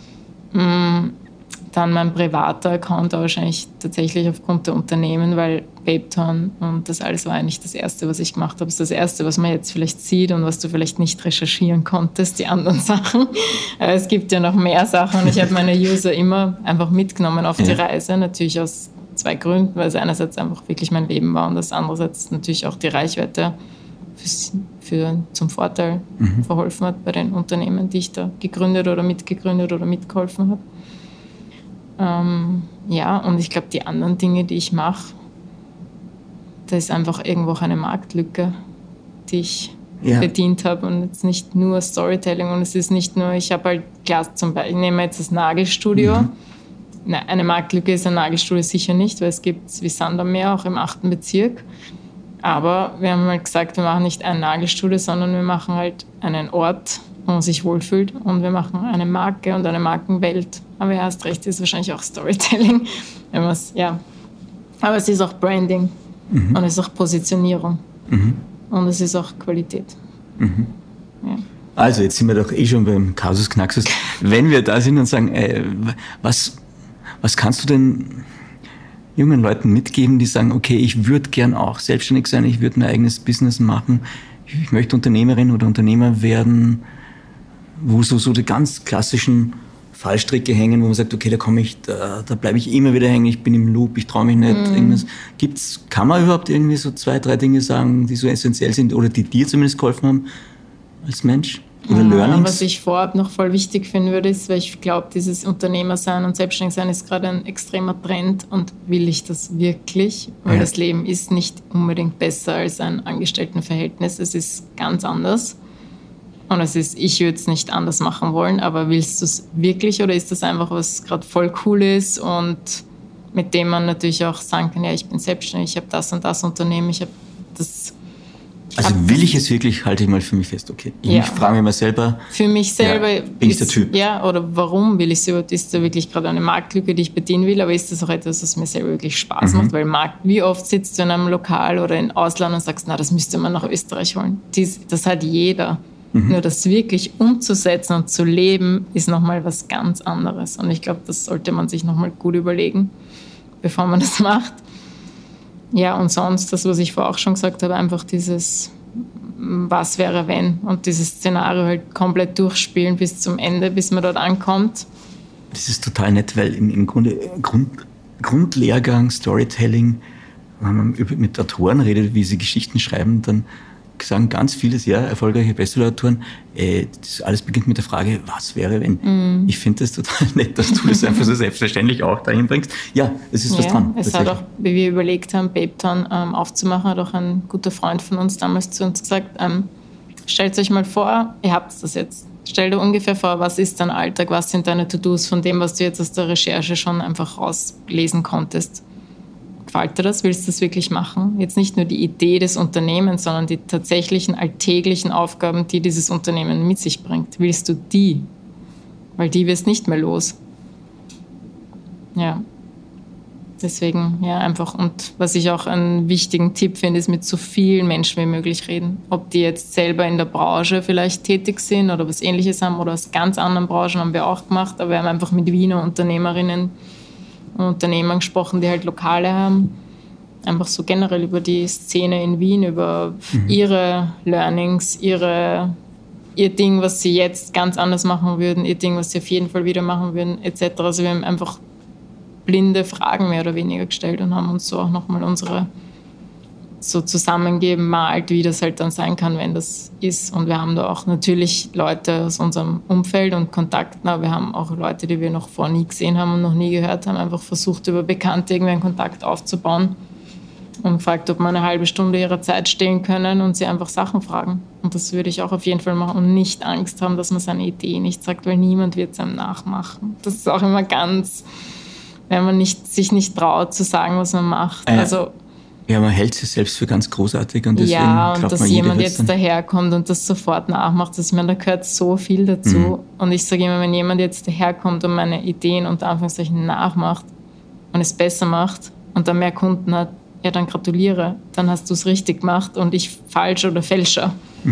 Dann mein privater Account war wahrscheinlich tatsächlich aufgrund der Unternehmen, weil Babetown und das alles war eigentlich das Erste, was ich gemacht habe. Das ist das Erste, was man jetzt vielleicht sieht und was du vielleicht nicht recherchieren konntest, die anderen Sachen. Aber es gibt ja noch mehr Sachen und ich habe meine User immer einfach mitgenommen auf die Reise. Natürlich aus 2 Gründen, weil es einerseits einfach wirklich mein Leben war und das andererseits natürlich auch die Reichweite zum Vorteil verholfen hat bei den Unternehmen, die ich da gegründet oder mitgeholfen habe. Und ich glaube, die anderen Dinge, die ich mache, da ist einfach irgendwo auch eine Marktlücke, die ich bedient habe und jetzt nicht nur Storytelling und es ist nicht nur, ich habe halt klar zum Beispiel, ich nehme jetzt das Nagelstudio. Nein, eine Marktlücke ist ein Nagelstudio sicher nicht, weil es gibt wie Sand am Meer, auch im 8. Bezirk. Aber wir haben halt gesagt, wir machen nicht ein Nagelstudio, sondern wir machen halt einen Ort, wo man sich wohlfühlt und wir machen eine Marke und eine Markenwelt. Aber ja, hast recht, ist wahrscheinlich auch Storytelling. Aber es ist auch Branding und es ist auch Positionierung. Und es ist auch Qualität. Mhm. Ja. Also, jetzt sind wir doch schon beim Kasus Knaxus. Wenn wir da sind und sagen, was kannst du denn jungen Leuten mitgeben, die sagen, okay, ich würde gern auch selbstständig sein, ich würde mein eigenes Business machen, ich möchte Unternehmerin oder Unternehmer werden, wo so die ganz klassischen Fallstricke hängen, wo man sagt, okay, da bleibe ich immer wieder hängen, ich bin im Loop, ich traue mich nicht. Irgendwas. Kann man überhaupt irgendwie so 2, 3 Dinge sagen, die so essentiell sind oder die dir zumindest geholfen haben als Mensch? Oder Learnings? Was ich vorab noch voll wichtig finden würde, ist, weil ich glaube, dieses Unternehmersein und Selbstständigsein ist gerade ein extremer Trend und will ich das wirklich? Weil das Leben ist nicht unbedingt besser als ein Angestelltenverhältnis. Es ist ganz anders. Und ich würde es nicht anders machen wollen, aber willst du es wirklich oder ist das einfach, was gerade voll cool ist und mit dem man natürlich auch sagen kann, ja, ich bin selbstständig, ich habe das und das Unternehmen, ich habe das... Also will ich es wirklich, halte ich mal für mich fest, okay. Ich frage mich mal selber. Für mich selber bin ich der Typ? Ja, oder warum will ich es überhaupt? Ist da wirklich gerade eine Marktlücke, die ich bedienen will, aber ist das auch etwas, was mir selber wirklich Spaß macht? Weil wie oft sitzt du in einem Lokal oder im Ausland und sagst, na, das müsste man nach Österreich holen. Das hat jeder. Nur das wirklich umzusetzen und zu leben, ist nochmal was ganz anderes. Und ich glaube, das sollte man sich nochmal gut überlegen, bevor man das macht. Ja, und sonst, das, was ich vorher auch schon gesagt habe, einfach dieses was wäre, wenn, und dieses Szenario halt komplett durchspielen bis zum Ende, bis man dort ankommt. Das ist total nett, weil im Grunde Grundlehrgang, Storytelling, wenn man mit Autoren redet, wie sie Geschichten schreiben, dann sagen ganz viele sehr erfolgreiche Bestsellerautoren, das alles beginnt mit der Frage, was wäre, wenn? Ich finde das total nett, dass du das einfach so selbstverständlich auch dahin bringst. Ja, es ist was dran. Es hat auch, wie wir überlegt haben, Babetown aufzumachen, hat auch ein guter Freund von uns damals zu uns gesagt, stellt euch mal vor, ihr habt das jetzt. Stell dir ungefähr vor, was ist dein Alltag, was sind deine To-Dos von dem, was du jetzt aus der Recherche schon einfach rauslesen konntest. Gefällt dir das? Willst du das wirklich machen? Jetzt nicht nur die Idee des Unternehmens, sondern die tatsächlichen alltäglichen Aufgaben, die dieses Unternehmen mit sich bringt. Willst du die? Weil die wirst nicht mehr los. Ja. Deswegen, ja, einfach. Und was ich auch einen wichtigen Tipp finde, ist mit so vielen Menschen wie möglich reden. Ob die jetzt selber in der Branche vielleicht tätig sind oder was Ähnliches haben oder aus ganz anderen Branchen, haben wir auch gemacht. Aber wir haben einfach mit Wiener Unternehmerinnen und Unternehmern gesprochen, die halt Lokale haben. Einfach so generell über die Szene in Wien, über ihre Learnings, ihr Ding, was sie jetzt ganz anders machen würden, ihr Ding, was sie auf jeden Fall wieder machen würden, etc. Also wir haben einfach blinde Fragen mehr oder weniger gestellt und haben uns so auch nochmal unsere so zusammengemalt, wie das halt dann sein kann, wenn das ist. Und wir haben da auch natürlich Leute aus unserem Umfeld und Kontakten, aber wir haben auch Leute, die wir noch vorher nie gesehen haben und noch nie gehört haben, einfach versucht, über Bekannte irgendwie einen Kontakt aufzubauen und gefragt, ob wir eine halbe Stunde ihrer Zeit stehlen können und sie einfach Sachen fragen. Und das würde ich auch auf jeden Fall machen und nicht Angst haben, dass man seine Idee nicht sagt, weil niemand wird es einem nachmachen. Das ist auch immer ganz, wenn man sich nicht traut zu sagen, was man macht. Also ja, man hält sich selbst für ganz großartig und deswegen und glaubt dass man, jemand jetzt daherkommt und das sofort nachmacht, ich meine, da gehört so viel dazu. Und ich sage immer, wenn jemand jetzt daherkommt und meine Ideen unter Anführungszeichen nachmacht und es besser macht und dann mehr Kunden hat, ja, dann gratuliere, dann hast du es richtig gemacht und ich falsch oder Fälscher.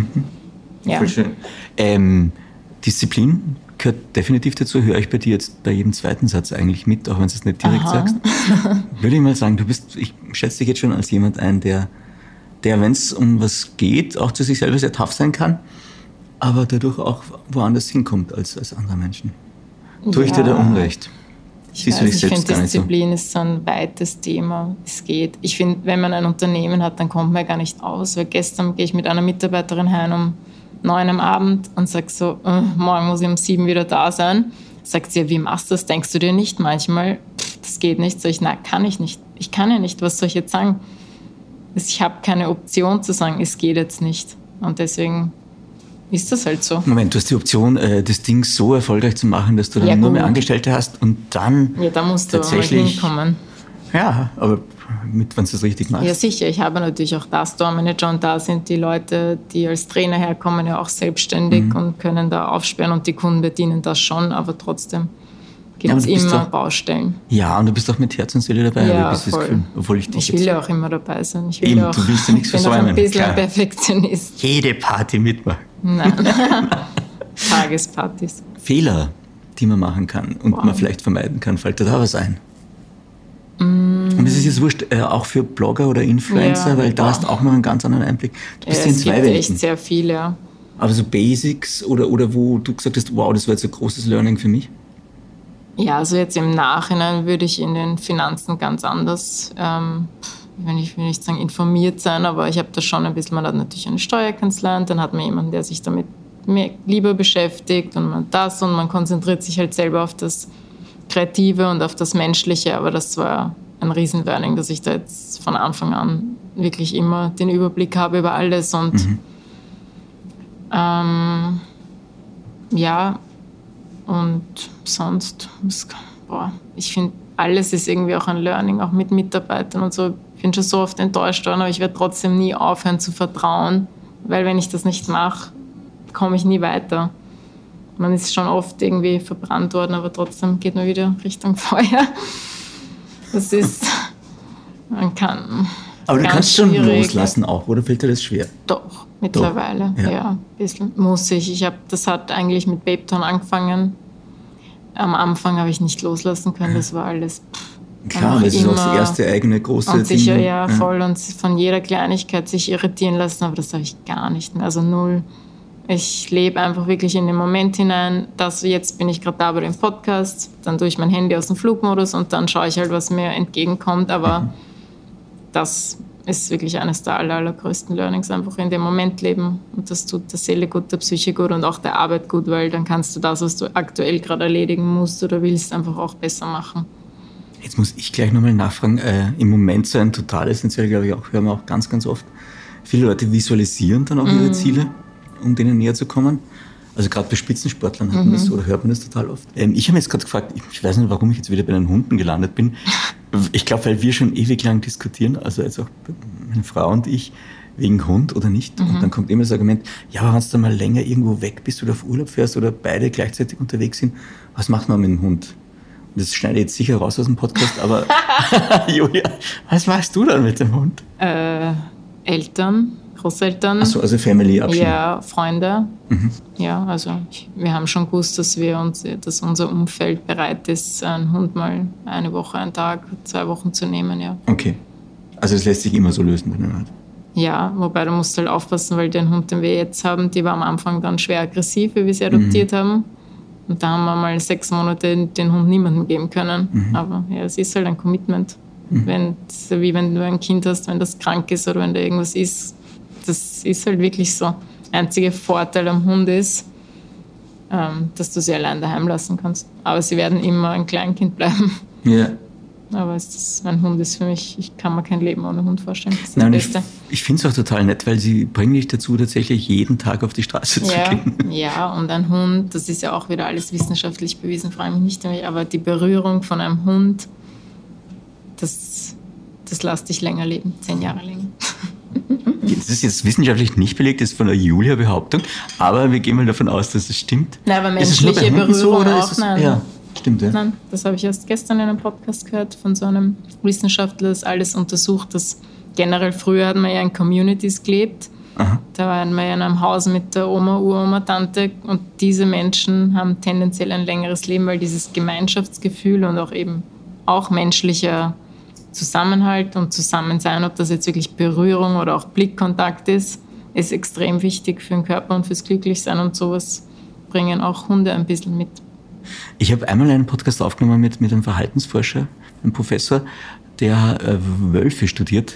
Ja. Voll schön. Disziplin gehört definitiv dazu, höre ich bei dir jetzt bei jedem zweiten Satz eigentlich mit, auch wenn du es nicht direkt sagst. Würde ich mal sagen, ich schätze dich jetzt schon als jemand ein, der wenn es um was geht, auch zu sich selber sehr tough sein kann, aber dadurch auch woanders hinkommt als andere Menschen. Tue ich dir da Unrecht? Ich finde, Disziplin ist so ein weites Thema. Es geht. Ich finde, wenn man ein Unternehmen hat, dann kommt man ja gar nicht aus. Weil gestern gehe ich mit einer Mitarbeiterin heim um 9 am Abend und sage so, morgen muss ich um 7 wieder da sein. Sagt sie, ja, wie machst du das? Denkst du dir nicht manchmal, das geht nicht? Sag ich, nein, kann ich nicht. Ich kann ja nicht. Was soll ich jetzt sagen? Ich habe keine Option zu sagen, es geht jetzt nicht. Und deswegen ist das halt so. Moment, du hast die Option, das Ding so erfolgreich zu machen, dass du dann nur mehr Angestellte hast und dann ja, da musst du tatsächlich mal hinkommen. Ja, aber wenn du das richtig machst. Ja, sicher. Ich habe natürlich auch da Store-Manager und da sind die Leute, die als Trainer herkommen, ja auch selbstständig und können da aufsperren und die Kunden bedienen das schon, aber trotzdem gibt es immer Baustellen. Ja, und du bist auch mit Herz und Seele dabei, ja, habe ich das Gefühl. Obwohl ich will ja auch immer dabei sein. Ich will eben, auch, du willst ja nichts versäumen. Ich bin ein bisschen ein Perfektionist. Jede Party mitmachen. Nein, Tagespartys. Fehler, die man machen kann und man vielleicht vermeiden kann, fällt dir da was ein? Und es ist jetzt wurscht, auch für Blogger oder Influencer, weil da hast du auch noch einen ganz anderen Einblick. Du bist in zwei Welten. Es gibt echt sehr viel, ja. Aber so Basics oder wo du gesagt hast, wow, das war jetzt ein großes Learning für mich? Ja, also jetzt im Nachhinein würde ich in den Finanzen ganz anders, ich will nicht sagen informiert sein, aber ich habe das schon ein bisschen, man hat natürlich eine Steuerkanzlei und dann hat man jemanden, der sich damit mehr lieber beschäftigt und man konzentriert sich halt selber auf das Kreative und auf das Menschliche, aber das war ein Riesen-Learning, dass ich da jetzt von Anfang an wirklich immer den Überblick habe über alles und ja, und sonst, ich finde, alles ist irgendwie auch ein Learning, auch mit Mitarbeitern und so. Ich bin schon so oft enttäuscht worden, aber ich werde trotzdem nie aufhören zu vertrauen, weil wenn ich das nicht mache, komme ich nie weiter. Man ist schon oft irgendwie verbrannt worden, aber trotzdem geht man wieder Richtung Feuer. Das ist, man kann. Aber du kannst schon loslassen auch, oder fällt dir das schwer? Doch, mittlerweile, ja, ein bisschen muss ich. Das hat eigentlich mit Babetown angefangen. Am Anfang habe ich nicht loslassen können, das war alles. Klar, das ist auch das erste eigene große und sicher, Ding. Ja, voll. Und von jeder Kleinigkeit sich irritieren lassen, aber das habe ich gar nicht mehr, also null. Ich lebe einfach wirklich in den Moment hinein, jetzt bin ich gerade da bei dem Podcast, dann tue ich mein Handy aus dem Flugmodus und dann schaue ich halt, was mir entgegenkommt, aber das ist wirklich eines der allergrößten Learnings, einfach in dem Moment leben und das tut der Seele gut, der Psyche gut und auch der Arbeit gut, weil dann kannst du das, was du aktuell gerade erledigen musst oder willst, einfach auch besser machen. Jetzt muss ich gleich nochmal nachfragen, im Moment so ein total essentiell, glaube ich, hören wir auch ganz, ganz oft, viele Leute visualisieren dann auch ihre Ziele, um denen näher zu kommen. Also gerade bei Spitzensportlern hat man das oder hört man das total oft. Ich habe mich jetzt gerade gefragt, ich weiß nicht, warum ich jetzt wieder bei den Hunden gelandet bin. Ich glaube, weil wir schon ewig lang diskutieren, also jetzt auch meine Frau und ich, wegen Hund oder nicht. Und dann kommt immer das Argument, ja, aber wenn du dann mal länger irgendwo weg bist oder auf Urlaub fährst oder beide gleichzeitig unterwegs sind, was macht man mit dem Hund? Das schneide ich jetzt sicher raus aus dem Podcast, aber Julia, was machst du dann mit dem Hund? Eltern. Großeltern. Ach so, also Family-Abschied. Ja, Freunde. Ja, also wir haben schon gewusst, dass unser Umfeld bereit ist, einen Hund mal eine Woche, einen Tag, 2 Wochen zu nehmen, ja. Okay. Also es lässt sich immer so lösen, wenn man hat. Ja, wobei du musst halt aufpassen, weil den Hund, den wir jetzt haben, die war am Anfang dann schwer aggressiv, wie wir sie adoptiert haben. Und da haben wir mal 6 Monate den Hund niemandem geben können. Aber ja, es ist halt ein Commitment. Wie wenn du ein Kind hast, wenn das krank ist oder wenn da irgendwas ist. Das ist halt wirklich so. Der einzige Vorteil am Hund ist, dass du sie allein daheim lassen kannst. Aber sie werden immer ein Kleinkind bleiben. Ja. Aber ein Hund ist für mich, ich kann mir kein Leben ohne Hund vorstellen. Das ist das Beste. Ich finde es auch total nett, weil sie bringen dich dazu, tatsächlich jeden Tag auf die Straße zu gehen. Ja, und ein Hund, das ist ja auch wieder alles wissenschaftlich bewiesen, frage mich nicht mehr, aber die Berührung von einem Hund, das lässt dich länger leben, 10 Jahre länger. Das ist jetzt wissenschaftlich nicht belegt, das ist von der Julia-Behauptung, aber wir gehen mal davon aus, dass es stimmt. Nein, aber menschliche Berührung so, oder auch, nein. Ja, stimmt, ja. Nein, das habe ich erst gestern in einem Podcast gehört von so einem Wissenschaftler, das alles untersucht, dass generell früher hat man ja in Communities gelebt. Aha. Da waren wir ja in einem Haus mit der Oma, Uroma, Tante und diese Menschen haben tendenziell ein längeres Leben, weil dieses Gemeinschaftsgefühl und auch eben auch menschlicher Zusammenhalt und Zusammensein, ob das jetzt wirklich Berührung oder auch Blickkontakt ist extrem wichtig für den Körper und fürs Glücklichsein und sowas bringen auch Hunde ein bisschen mit. Ich habe einmal einen Podcast aufgenommen mit einem Verhaltensforscher, einem Professor, der Wölfe studiert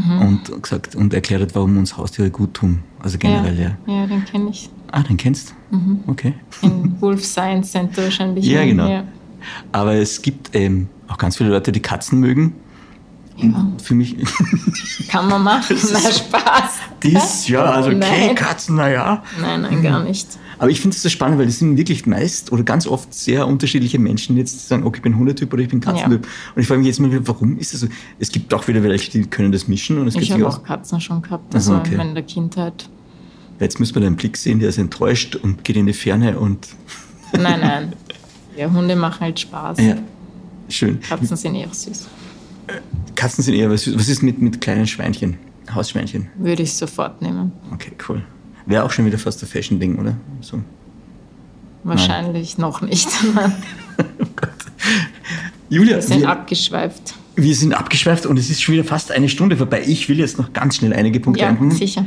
und erklärt hat, warum uns Haustiere gut tun. Also generell, ja, den kenne ich. Ah, den kennst du? Okay. Im Wolf Science Center wahrscheinlich. Ja, genau. Ja. Aber es gibt auch ganz viele Leute, die Katzen mögen. Ja. Für mich. Kann man machen, na Spaß. Also okay, Katzen, naja. Nein, gar nicht. Aber ich finde es so spannend, weil das sind wirklich meist oder ganz oft sehr unterschiedliche Menschen, die jetzt sagen, okay, ich bin Hundetyp oder ich bin Katzentyp. Ja. Und ich frage mich jetzt mal, warum ist das so? Es gibt auch wieder welche, die können das mischen. Und ich habe auch Katzen schon gehabt, also okay. In der Kindheit. Jetzt müssen wir deinen Blick sehen, der ist enttäuscht und geht in die Ferne und... Nein. Ja, Hunde machen halt Spaß. Ja, schön. Katzen sind eher süß. Katzen sind eher was süß. Was ist mit kleinen Schweinchen, Hausschweinchen? Würde ich sofort nehmen. Okay, cool. Wäre auch schon wieder fast ein Fashion-Ding, oder? So. Wahrscheinlich noch nicht. Oh Gott. Julia, Wir sind abgeschweift. Wir sind abgeschweift und es ist schon wieder fast eine Stunde vorbei. Ich will jetzt noch ganz schnell einige Punkte einbringen. Ja, sicher.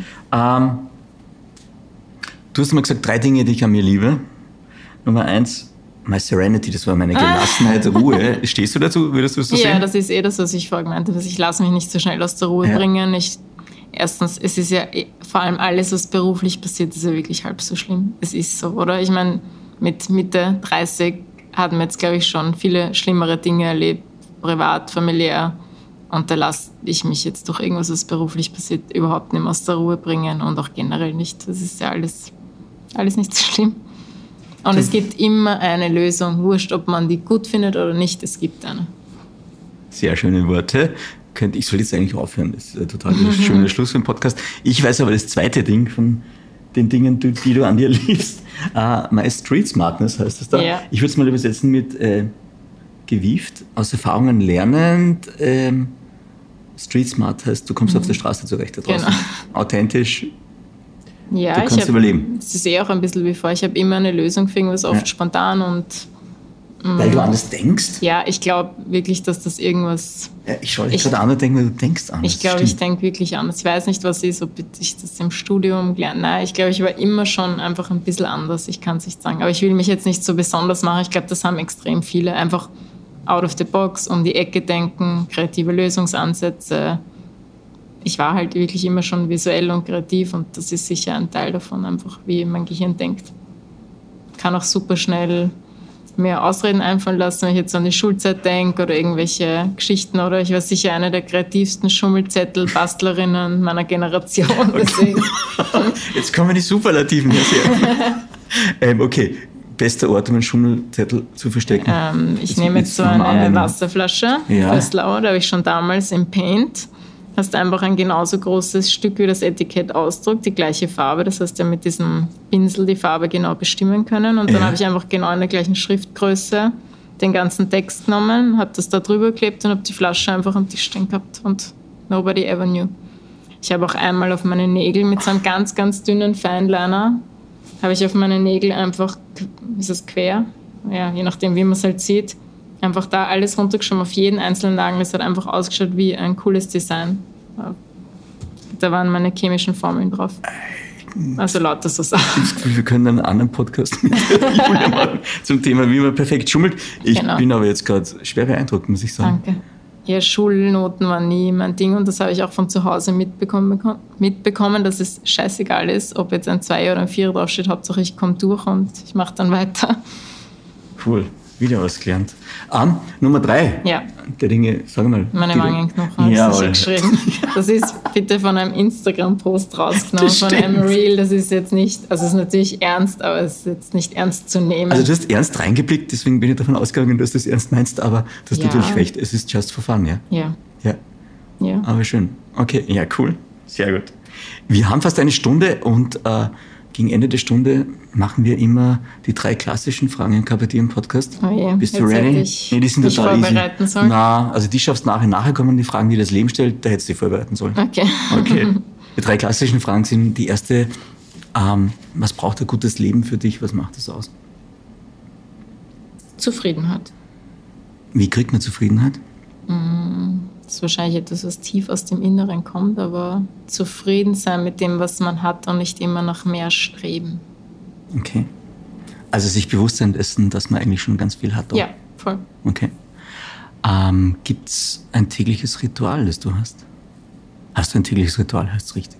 Du hast mal gesagt, 3 Dinge, die ich an mir liebe. Nummer 1, my serenity, das war meine Gelassenheit, Ruhe. Stehst du dazu? Würdest du es so sehen? Ja, das ist das, was ich vorher gemeint habe. Ich lasse mich nicht so schnell aus der Ruhe bringen. Erstens, es ist ja vor allem alles, was beruflich passiert, ist ja wirklich halb so schlimm. Es ist so, oder? Ich meine, mit Mitte 30 hatten wir jetzt, glaube ich, schon viele schlimmere Dinge erlebt, privat, familiär. Und da lasse ich mich jetzt durch irgendwas, was beruflich passiert, überhaupt nicht mehr aus der Ruhe bringen und auch generell nicht. Das ist ja alles nicht so schlimm. Und es gibt immer eine Lösung, wurscht, ob man die gut findet oder nicht, es gibt eine. Sehr schöne Worte. Ich soll jetzt eigentlich aufhören, das ist ein total schöner Schluss für den Podcast. Ich weiß aber das zweite Ding von den Dingen, die du an dir liebst. My Street Smartness heißt es da. Ja. Ich würde es mal übersetzen mit gewieft, aus Erfahrungen lernend. Street Smart heißt, du kommst auf der Straße zurecht da draußen. Genau. Authentisch. Ja, du kannst überleben. Es ist auch ein bisschen wie vorher. Ich habe immer eine Lösung für irgendwas, oft spontan und... Weil du anders denkst? Ja, ich glaube wirklich, dass das irgendwas... Ja, ich schaue dich gerade an und denke mir, du denkst anders. Ich glaube, ich denke wirklich anders. Ich weiß nicht, was ist, ob ich das im Studium gelernt habe. Nein, ich glaube, ich war immer schon einfach ein bisschen anders. Ich kann es nicht sagen. Aber ich will mich jetzt nicht so besonders machen. Ich glaube, das haben extrem viele. Einfach out of the box, um die Ecke denken, kreative Lösungsansätze. Ich war halt wirklich immer schon visuell und kreativ und das ist sicher ein Teil davon, einfach wie mein Gehirn denkt. Ich kann auch super schnell mir Ausreden einfallen lassen, wenn ich jetzt an die Schulzeit denke oder irgendwelche Geschichten. Oder ich war sicher eine der kreativsten Schummelzettel-Bastlerinnen meiner Generation. Deswegen. Jetzt kommen die Superlativen her. Okay, bester Ort, um einen Schummelzettel zu verstecken. Ich nehme jetzt so eine Wasserflasche, Föslau, da habe ich schon damals im Paint. Hast einfach ein genauso großes Stück, wie das Etikett ausdruckt, die gleiche Farbe. Das heißt ja mit diesem Pinsel die Farbe genau bestimmen können. Und dann habe ich einfach genau in der gleichen Schriftgröße den ganzen Text genommen, habe das da drüber geklebt und habe die Flasche einfach am Tisch stehen gehabt und nobody ever knew. Ich habe auch einmal auf meine Nägel mit so einem ganz, ganz dünnen Fineliner, habe ich auf meine Nägel einfach, ist das quer? Ja, je nachdem, wie man es halt sieht, einfach da alles runtergeschoben auf jeden einzelnen Nagel. Es hat einfach ausgeschaut wie ein cooles Design. Da waren meine chemischen Formeln drauf. Also lauter so Sachen. Wir können einen anderen Podcast mit Julia machen zum Thema, wie man perfekt schummelt. Ich bin aber jetzt gerade schwer beeindruckt, muss ich sagen. Danke. Ja, Schulnoten waren nie mein Ding und das habe ich auch von zu Hause mitbekommen, dass es scheißegal ist, ob jetzt ein 2 oder ein 4 draufsteht. Hauptsache ich komme durch und ich mache dann weiter. Cool. Wieder was gelernt. Nummer 3 der Dinge, sag mal. Meine Wangenknochen habe ich geschrieben. Das ist bitte von einem Instagram-Post rausgenommen, von einem Reel. Das ist jetzt nicht, also es ist natürlich ernst, aber es ist jetzt nicht ernst zu nehmen. Also du hast ernst reingeblickt, deswegen bin ich davon ausgegangen, dass du es ernst meinst, aber du hast natürlich recht, es ist just for fun, ja? Ja. Aber schön. Okay, ja, cool. Sehr gut. Wir haben fast eine Stunde und gegen Ende der Stunde machen wir immer die 3 klassischen Fragen im KPD im Podcast. Oh je, bist du ready? Nee, die sind total vorbereiten easy. Sollen? Also die schaffst nachher. Nachher kommen die Fragen, die das Leben stellt, da hättest du die vorbereiten sollen. Okay. Die 3 klassischen Fragen sind die erste, was braucht ein gutes Leben für dich? Was macht das aus? Zufriedenheit. Wie kriegt man Zufriedenheit? Das ist wahrscheinlich etwas, was tief aus dem Inneren kommt, aber zufrieden sein mit dem, was man hat und nicht immer nach mehr streben. Okay. Also sich bewusst sein dessen, dass man eigentlich schon ganz viel hat. Auch. Ja, voll. Okay. Gibt es ein tägliches Ritual, das du hast? Hast du ein tägliches Ritual, heißt es richtig?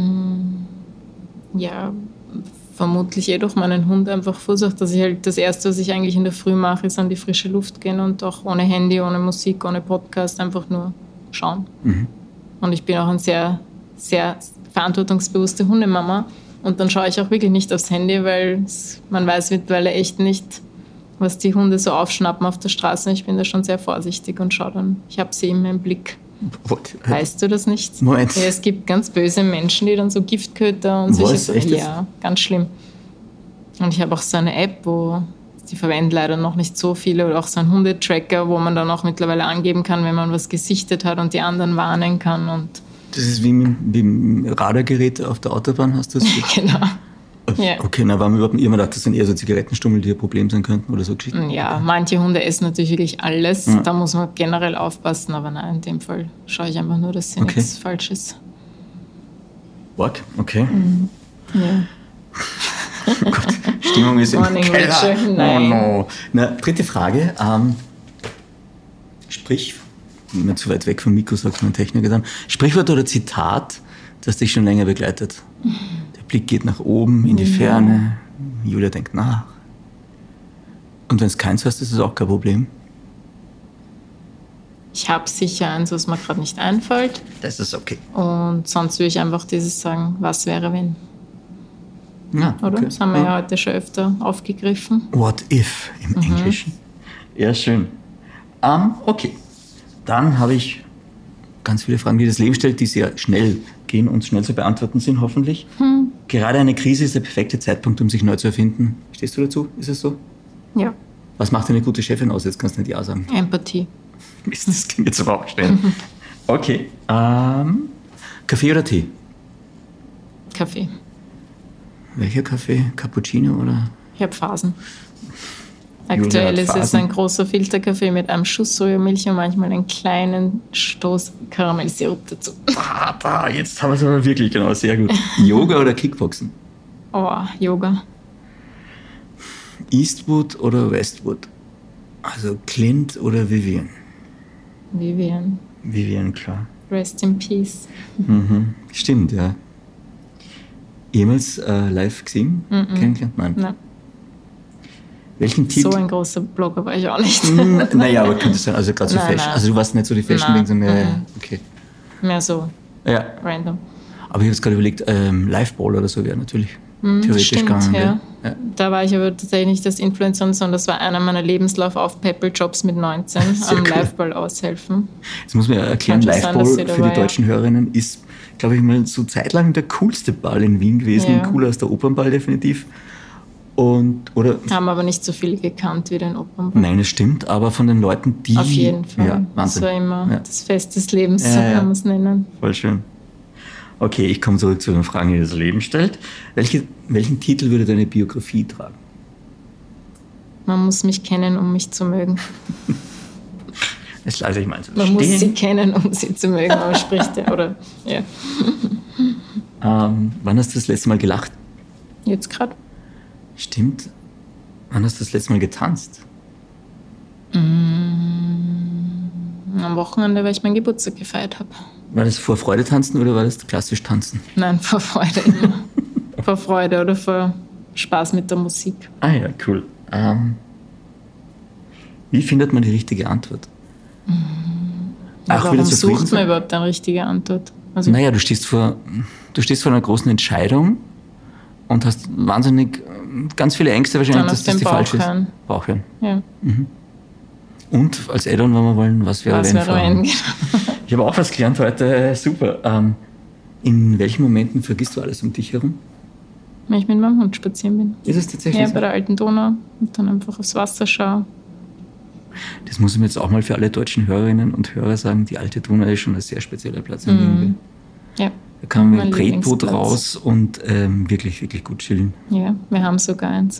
Ja, vermutlich durch meinen Hund einfach versucht, dass ich halt das Erste, was ich eigentlich in der Früh mache, ist an die frische Luft gehen und auch ohne Handy, ohne Musik, ohne Podcast einfach nur schauen. Und ich bin auch eine sehr, sehr verantwortungsbewusste Hundemama und dann schaue ich auch wirklich nicht aufs Handy, weil man weiß mittlerweile echt nicht, was die Hunde so aufschnappen auf der Straße. Ich bin da schon sehr vorsichtig und schaue dann, ich habe sie immer im Blick. Weißt du das nicht? Moment. Ja, es gibt ganz böse Menschen, die dann so Giftköter und solche Sachen. Ja, ganz schlimm. Und ich habe auch so eine App, wo die verwenden leider noch nicht so viele, oder auch so ein Hundetracker, wo man dann auch mittlerweile angeben kann, wenn man was gesichtet hat und die anderen warnen kann. Und Das ist wie mit dem Radargerät auf der Autobahn, hast du das? genau. Ja. Okay, na, war mir überhaupt nicht immer gedacht, das sind eher so Zigarettenstummel, die ein Problem sein könnten oder so Geschichten. Ja, manche Hunde essen natürlich wirklich alles. Da muss man generell aufpassen, aber nein, in dem Fall schaue ich einfach nur, dass hier nichts Falsches. What? Okay. Ja. Oh Gott, Stimmung ist im Morning Keller. Ritual, nein. Oh no. Na, dritte Frage. Sprich, nicht zu weit weg vom Mikro, sagt mein Techniker dann. Sprichwort oder Zitat, das dich schon länger begleitet? Der Blick geht nach oben, in die Ferne. Julia denkt nach. Und wenn es keins hast, ist es auch kein Problem. Ich habe sicher eins, was mir gerade nicht einfällt. Das ist okay. Und sonst würde ich einfach dieses sagen, was wäre, wenn? Ja, Oder? okay. Das haben wir ja heute schon öfter aufgegriffen. What if im Englischen. Ja, schön. Okay. Dann habe ich ganz viele Fragen, die das Leben stellt, die sehr schnell gehen und schnell zu beantworten sind, hoffentlich. Gerade eine Krise ist der perfekte Zeitpunkt, um sich neu zu erfinden. Stehst du dazu? Ist es so? Ja, Was macht eine gute Chefin aus? Jetzt kannst du nicht Ja sagen. Empathie. Mist, das klingt jetzt aber auch schnell. Okay. Kaffee oder Tee? Kaffee. Welcher Kaffee? Cappuccino oder? Ich habe Phasen. Julia Aktuell hat ist es Phasen. ein großer Filterkaffee mit einem Schuss Sojamilch und manchmal einen kleinen Stoß Karamellsirup dazu. Jetzt haben wir es aber wirklich genau, sehr gut. Yoga oder Kickboxen? Oh, Yoga. Eastwood oder Westwood? Also Clint oder Vivian? Vivian. Vivian, klar. Rest in Peace. Stimmt, ja. Jemals live gesehen? Kennengelernt? Nein. Nein, Welchen so Titel? ein großer Blogger war ich auch nicht. Naja, aber könnte sein, also gerade so Nein, Fashion. nein. Also du warst nicht so die Fashion-Dings, sondern okay. Mehr so Ja, random. aber ich habe jetzt gerade überlegt, Live-Ball oder so wäre natürlich theoretisch Stimmt, gegangen. ja. Ja. Da war ich aber tatsächlich nicht das Influencer, sondern das war einer meiner Lebenslauf-auf-Peppel-Jobs mit 19, Sehr am cool. Liveball aushelfen. Jetzt muss man ja erklären, Kann schon sein, dass Live-Ball sie da für war, die deutschen Hörerinnen ist, glaube ich, mal so zeitlang der coolste Ball in Wien gewesen. Ja. Cooler als der Opernball definitiv. Oder Haben aber nicht so viele gekannt wie den Opernball. nein, es stimmt, aber von den Leuten, die... Auf jeden Fall. Ja, Das Wahnsinn. war immer Ja. das Fest des Lebens, Ja, so ja. kann man es nennen. Voll schön. Okay, ich komme zurück zu den Fragen, die das Leben stellt. Welchen Titel würde deine Biografie tragen? Man muss mich kennen, um mich zu mögen. Das lasse ich mal so Man muss sie stehen. kennen, um sie zu mögen, aber spricht ja, oder? Ja. Wann hast du das letzte Mal gelacht? Jetzt gerade. Stimmt. Wann hast du das letzte Mal getanzt? Am Wochenende, weil ich meinen Geburtstag gefeiert habe. War das vor Freude tanzen oder war das klassisch tanzen? Nein, vor Freude immer. Vor Freude oder vor Spaß mit der Musik. Ah ja, cool. Wie findet man die richtige Antwort? Warum zufrieden sucht man sein? überhaupt eine richtige Antwort? Also, Naja, du stehst vor einer großen Entscheidung und hast wahnsinnig ganz viele Ängste wahrscheinlich, Dann dass auf das den die Bauch falsche ist. hören. Bauch hören. ja. Und als Add-on, wenn wir wollen, was wäre, Was wenn wäre, Frauen? wenn? Ich habe auch was gelernt heute, super. In welchen Momenten vergisst du alles um dich herum? Wenn ich mit meinem Hund spazieren bin. Ist es tatsächlich Ja, so? bei der alten Donau und dann einfach aufs Wasser schaue. Das muss ich mir jetzt auch mal für alle deutschen Hörerinnen und Hörer sagen, die alte Donau ist schon ein sehr spezieller Platz in Wien. Ja. Da kann man Mein mit dem Tretboot Lieblingsplatz. raus und wirklich, wirklich gut chillen. Ja, wir haben sogar eins.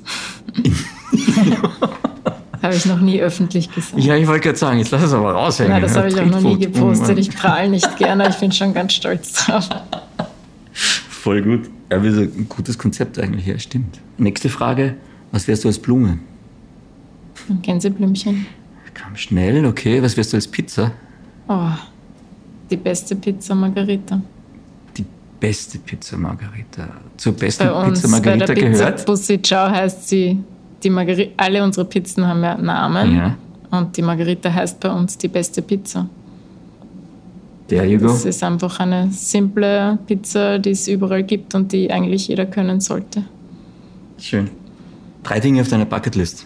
Das habe ich noch nie öffentlich gesagt. Ja, ich wollte gerade sagen, jetzt lass es aber raushängen. Nein, das habe ich auch noch nie Tretboot, gepostet. Ich prahle nicht gerne, ich bin schon ganz stolz drauf. Voll gut. Ja, wie so ein gutes Konzept eigentlich, ja, stimmt. Nächste Frage, was wärst du als Blume? Ein Gänseblümchen. Kam schnell, okay. Was wärst du als Pizza? Oh, die beste Pizza Margherita. Die beste Pizza Margherita. Zur besten Bei uns, Pizza Margherita bei der Pizza gehört? Bussi Ciao heißt sie, die Margherita, alle unsere Pizzen haben ja Namen. Ja. Und die Margherita heißt bei uns die beste Pizza. There you go. Das ist einfach eine simple Pizza, die es überall gibt und die eigentlich jeder können sollte. Schön. 3 Dinge auf deiner Bucketlist.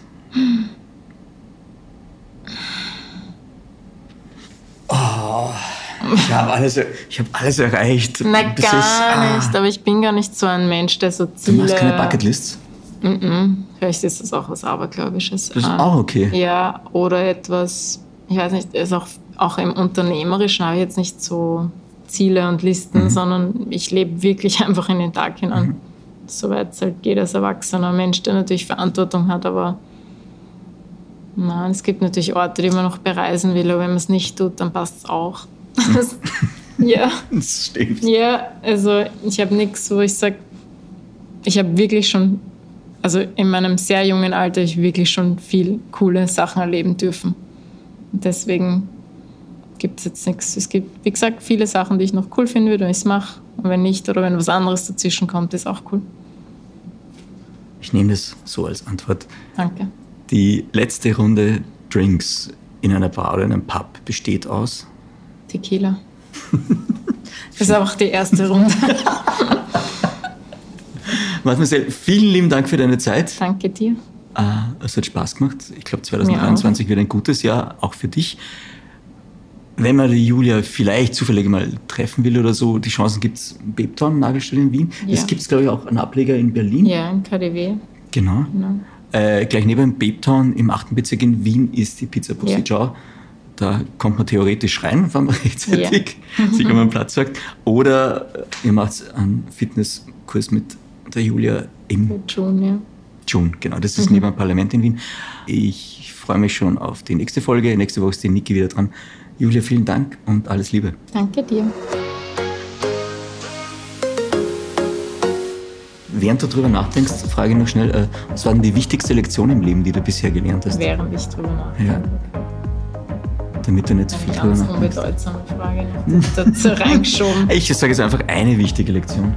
Oh, ich habe alles erreicht. Na, Das gar ist, nicht. Aber ich bin gar nicht so ein Mensch, der so Du Ziele... machst keine Bucketlists? Vielleicht ist das auch was Abergläubisches. Das ist auch okay. Ja, oder etwas, ich weiß nicht, ist auch im Unternehmerischen habe ich jetzt nicht so Ziele und Listen, sondern ich lebe wirklich einfach in den Tag hinein. Soweit es halt geht als erwachsener Mensch, der natürlich Verantwortung hat, aber nein, es gibt natürlich Orte, die man noch bereisen will, aber wenn man es nicht tut, dann passt es auch. Ja. Das stimmt. Ja, also ich habe nichts, wo ich sage, ich habe wirklich schon, also in meinem sehr jungen Alter, ich wirklich schon viel coole Sachen erleben dürfen. Und deswegen gibt es jetzt nichts. Es gibt, wie gesagt, viele Sachen, die ich noch cool finden würde, wenn ich es mache. Und wenn nicht oder wenn was anderes dazwischen kommt, ist auch cool. Ich nehme das so als Antwort. Danke. Die letzte Runde Drinks in einer Bar oder in einem Pub besteht aus? Tequila. Das ist auch die erste Runde. Marcel, vielen lieben Dank für deine Zeit. Danke dir. Es hat Spaß gemacht. Ich glaube, 2023 wird ein gutes Jahr, auch für dich. Wenn man die Julia vielleicht zufällig mal treffen will oder so, die Chancen gibt es im Bebtown, Nagelstudio in Wien. Ja. Es gibt, glaube ich, auch einen Ableger in Berlin. Ja, im KDW. Genau. Gleich neben dem Bebtown im 8. Bezirk in Wien ist die Pizza Pussy Ciao. Da kommt man theoretisch rein, wenn man rechtzeitig sich um einen Platz sagt. Oder ihr macht einen Fitnesskurs mit der Julia im June, genau. Das ist neben dem Parlament in Wien. Ich freue mich schon auf die nächste Folge. Nächste Woche ist die Niki wieder dran. Julia, vielen Dank und alles Liebe. Danke dir. Während du darüber nachdenkst, frage ich noch schnell, was war denn die wichtigste Lektion im Leben, die du bisher gelernt hast? Während ich drüber nachdenke. Ja. Damit du nicht zu viel drüber Ganz nachdenkst. unbedeutsame Frage dazu reingeschoben. Ich sage jetzt einfach eine wichtige Lektion.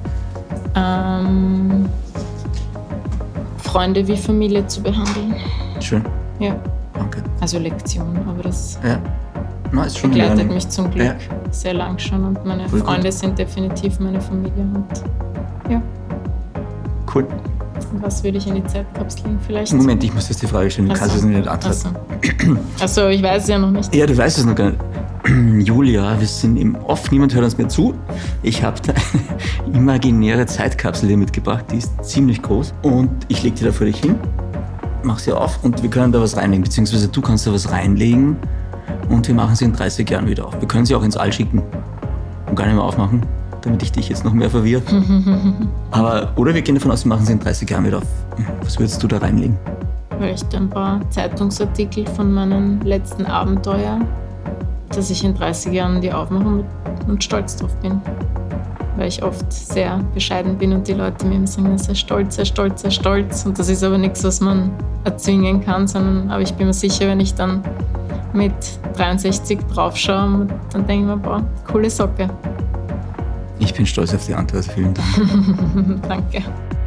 Freunde wie Familie zu behandeln. Schön. Ja. Danke. Also Lektion, aber das Ja. Na, ist schon begleitet Learning. mich zum Glück sehr lang schon und meine Voll Freunde gut. sind definitiv meine Familie und ja. Cool. Was würde ich in die Zeitkapsel legen vielleicht? Moment, ich muss jetzt die Frage stellen, du kannst es nicht antworten. Achso, ich weiß es ja noch nicht. Ja, du weißt es noch gar nicht. Julia, wir sind im Off, niemand hört uns mehr zu. Ich habe da eine imaginäre Zeitkapsel dir mitgebracht, die ist ziemlich groß und ich lege die da vor dich hin, mach sie auf und wir können da was reinlegen, beziehungsweise du kannst da was reinlegen und wir machen sie in 30 Jahren wieder auf. Wir können sie auch ins All schicken und gar nicht mehr aufmachen, damit ich dich jetzt noch mehr verwirre. Oder wir gehen davon aus, wir machen sie in 30 Jahren wieder auf. Was würdest du da reinlegen? Vielleicht ein paar Zeitungsartikel von meinem letzten Abenteuer, dass ich in 30 Jahren die aufmache und stolz drauf bin. Weil ich oft sehr bescheiden bin und die Leute mir immer sagen, sei stolz, sei stolz, sei stolz. Und das ist aber nichts, was man erzwingen kann, aber ich bin mir sicher, wenn ich dann mit 63 draufschaue, dann denke ich mir, boah, coole Socke. Ich bin stolz auf die Antwort, vielen Dank. Danke.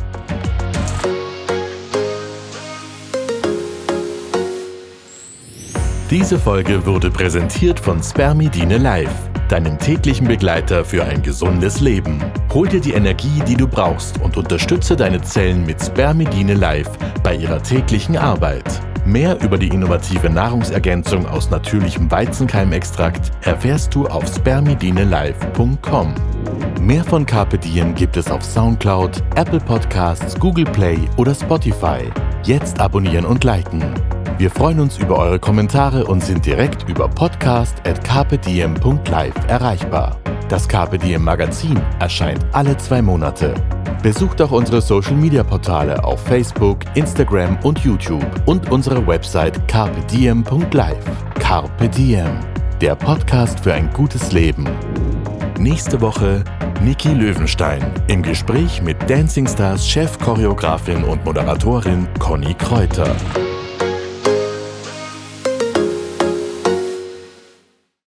Diese Folge wurde präsentiert von Spermidine Live, deinem täglichen Begleiter für ein gesundes Leben. Hol dir die Energie, die du brauchst und unterstütze deine Zellen mit Spermidine Live bei ihrer täglichen Arbeit. Mehr über die innovative Nahrungsergänzung aus natürlichem Weizenkeimextrakt erfährst du auf spermidinelive.com. Mehr von Carpe Diem gibt es auf Soundcloud, Apple Podcasts, Google Play oder Spotify. Jetzt abonnieren und liken. Wir freuen uns über eure Kommentare und sind direkt über podcast@carpediem.live erreichbar. Das Carpe Diem Magazin erscheint alle 2 Monate. Besucht auch unsere Social-Media-Portale auf Facebook, Instagram und YouTube und unsere Website carpediem.live. Carpe Diem, der Podcast für ein gutes Leben. Nächste Woche Niki Löwenstein im Gespräch mit Dancing Stars Chefchoreografin und Moderatorin Conny Kräuter.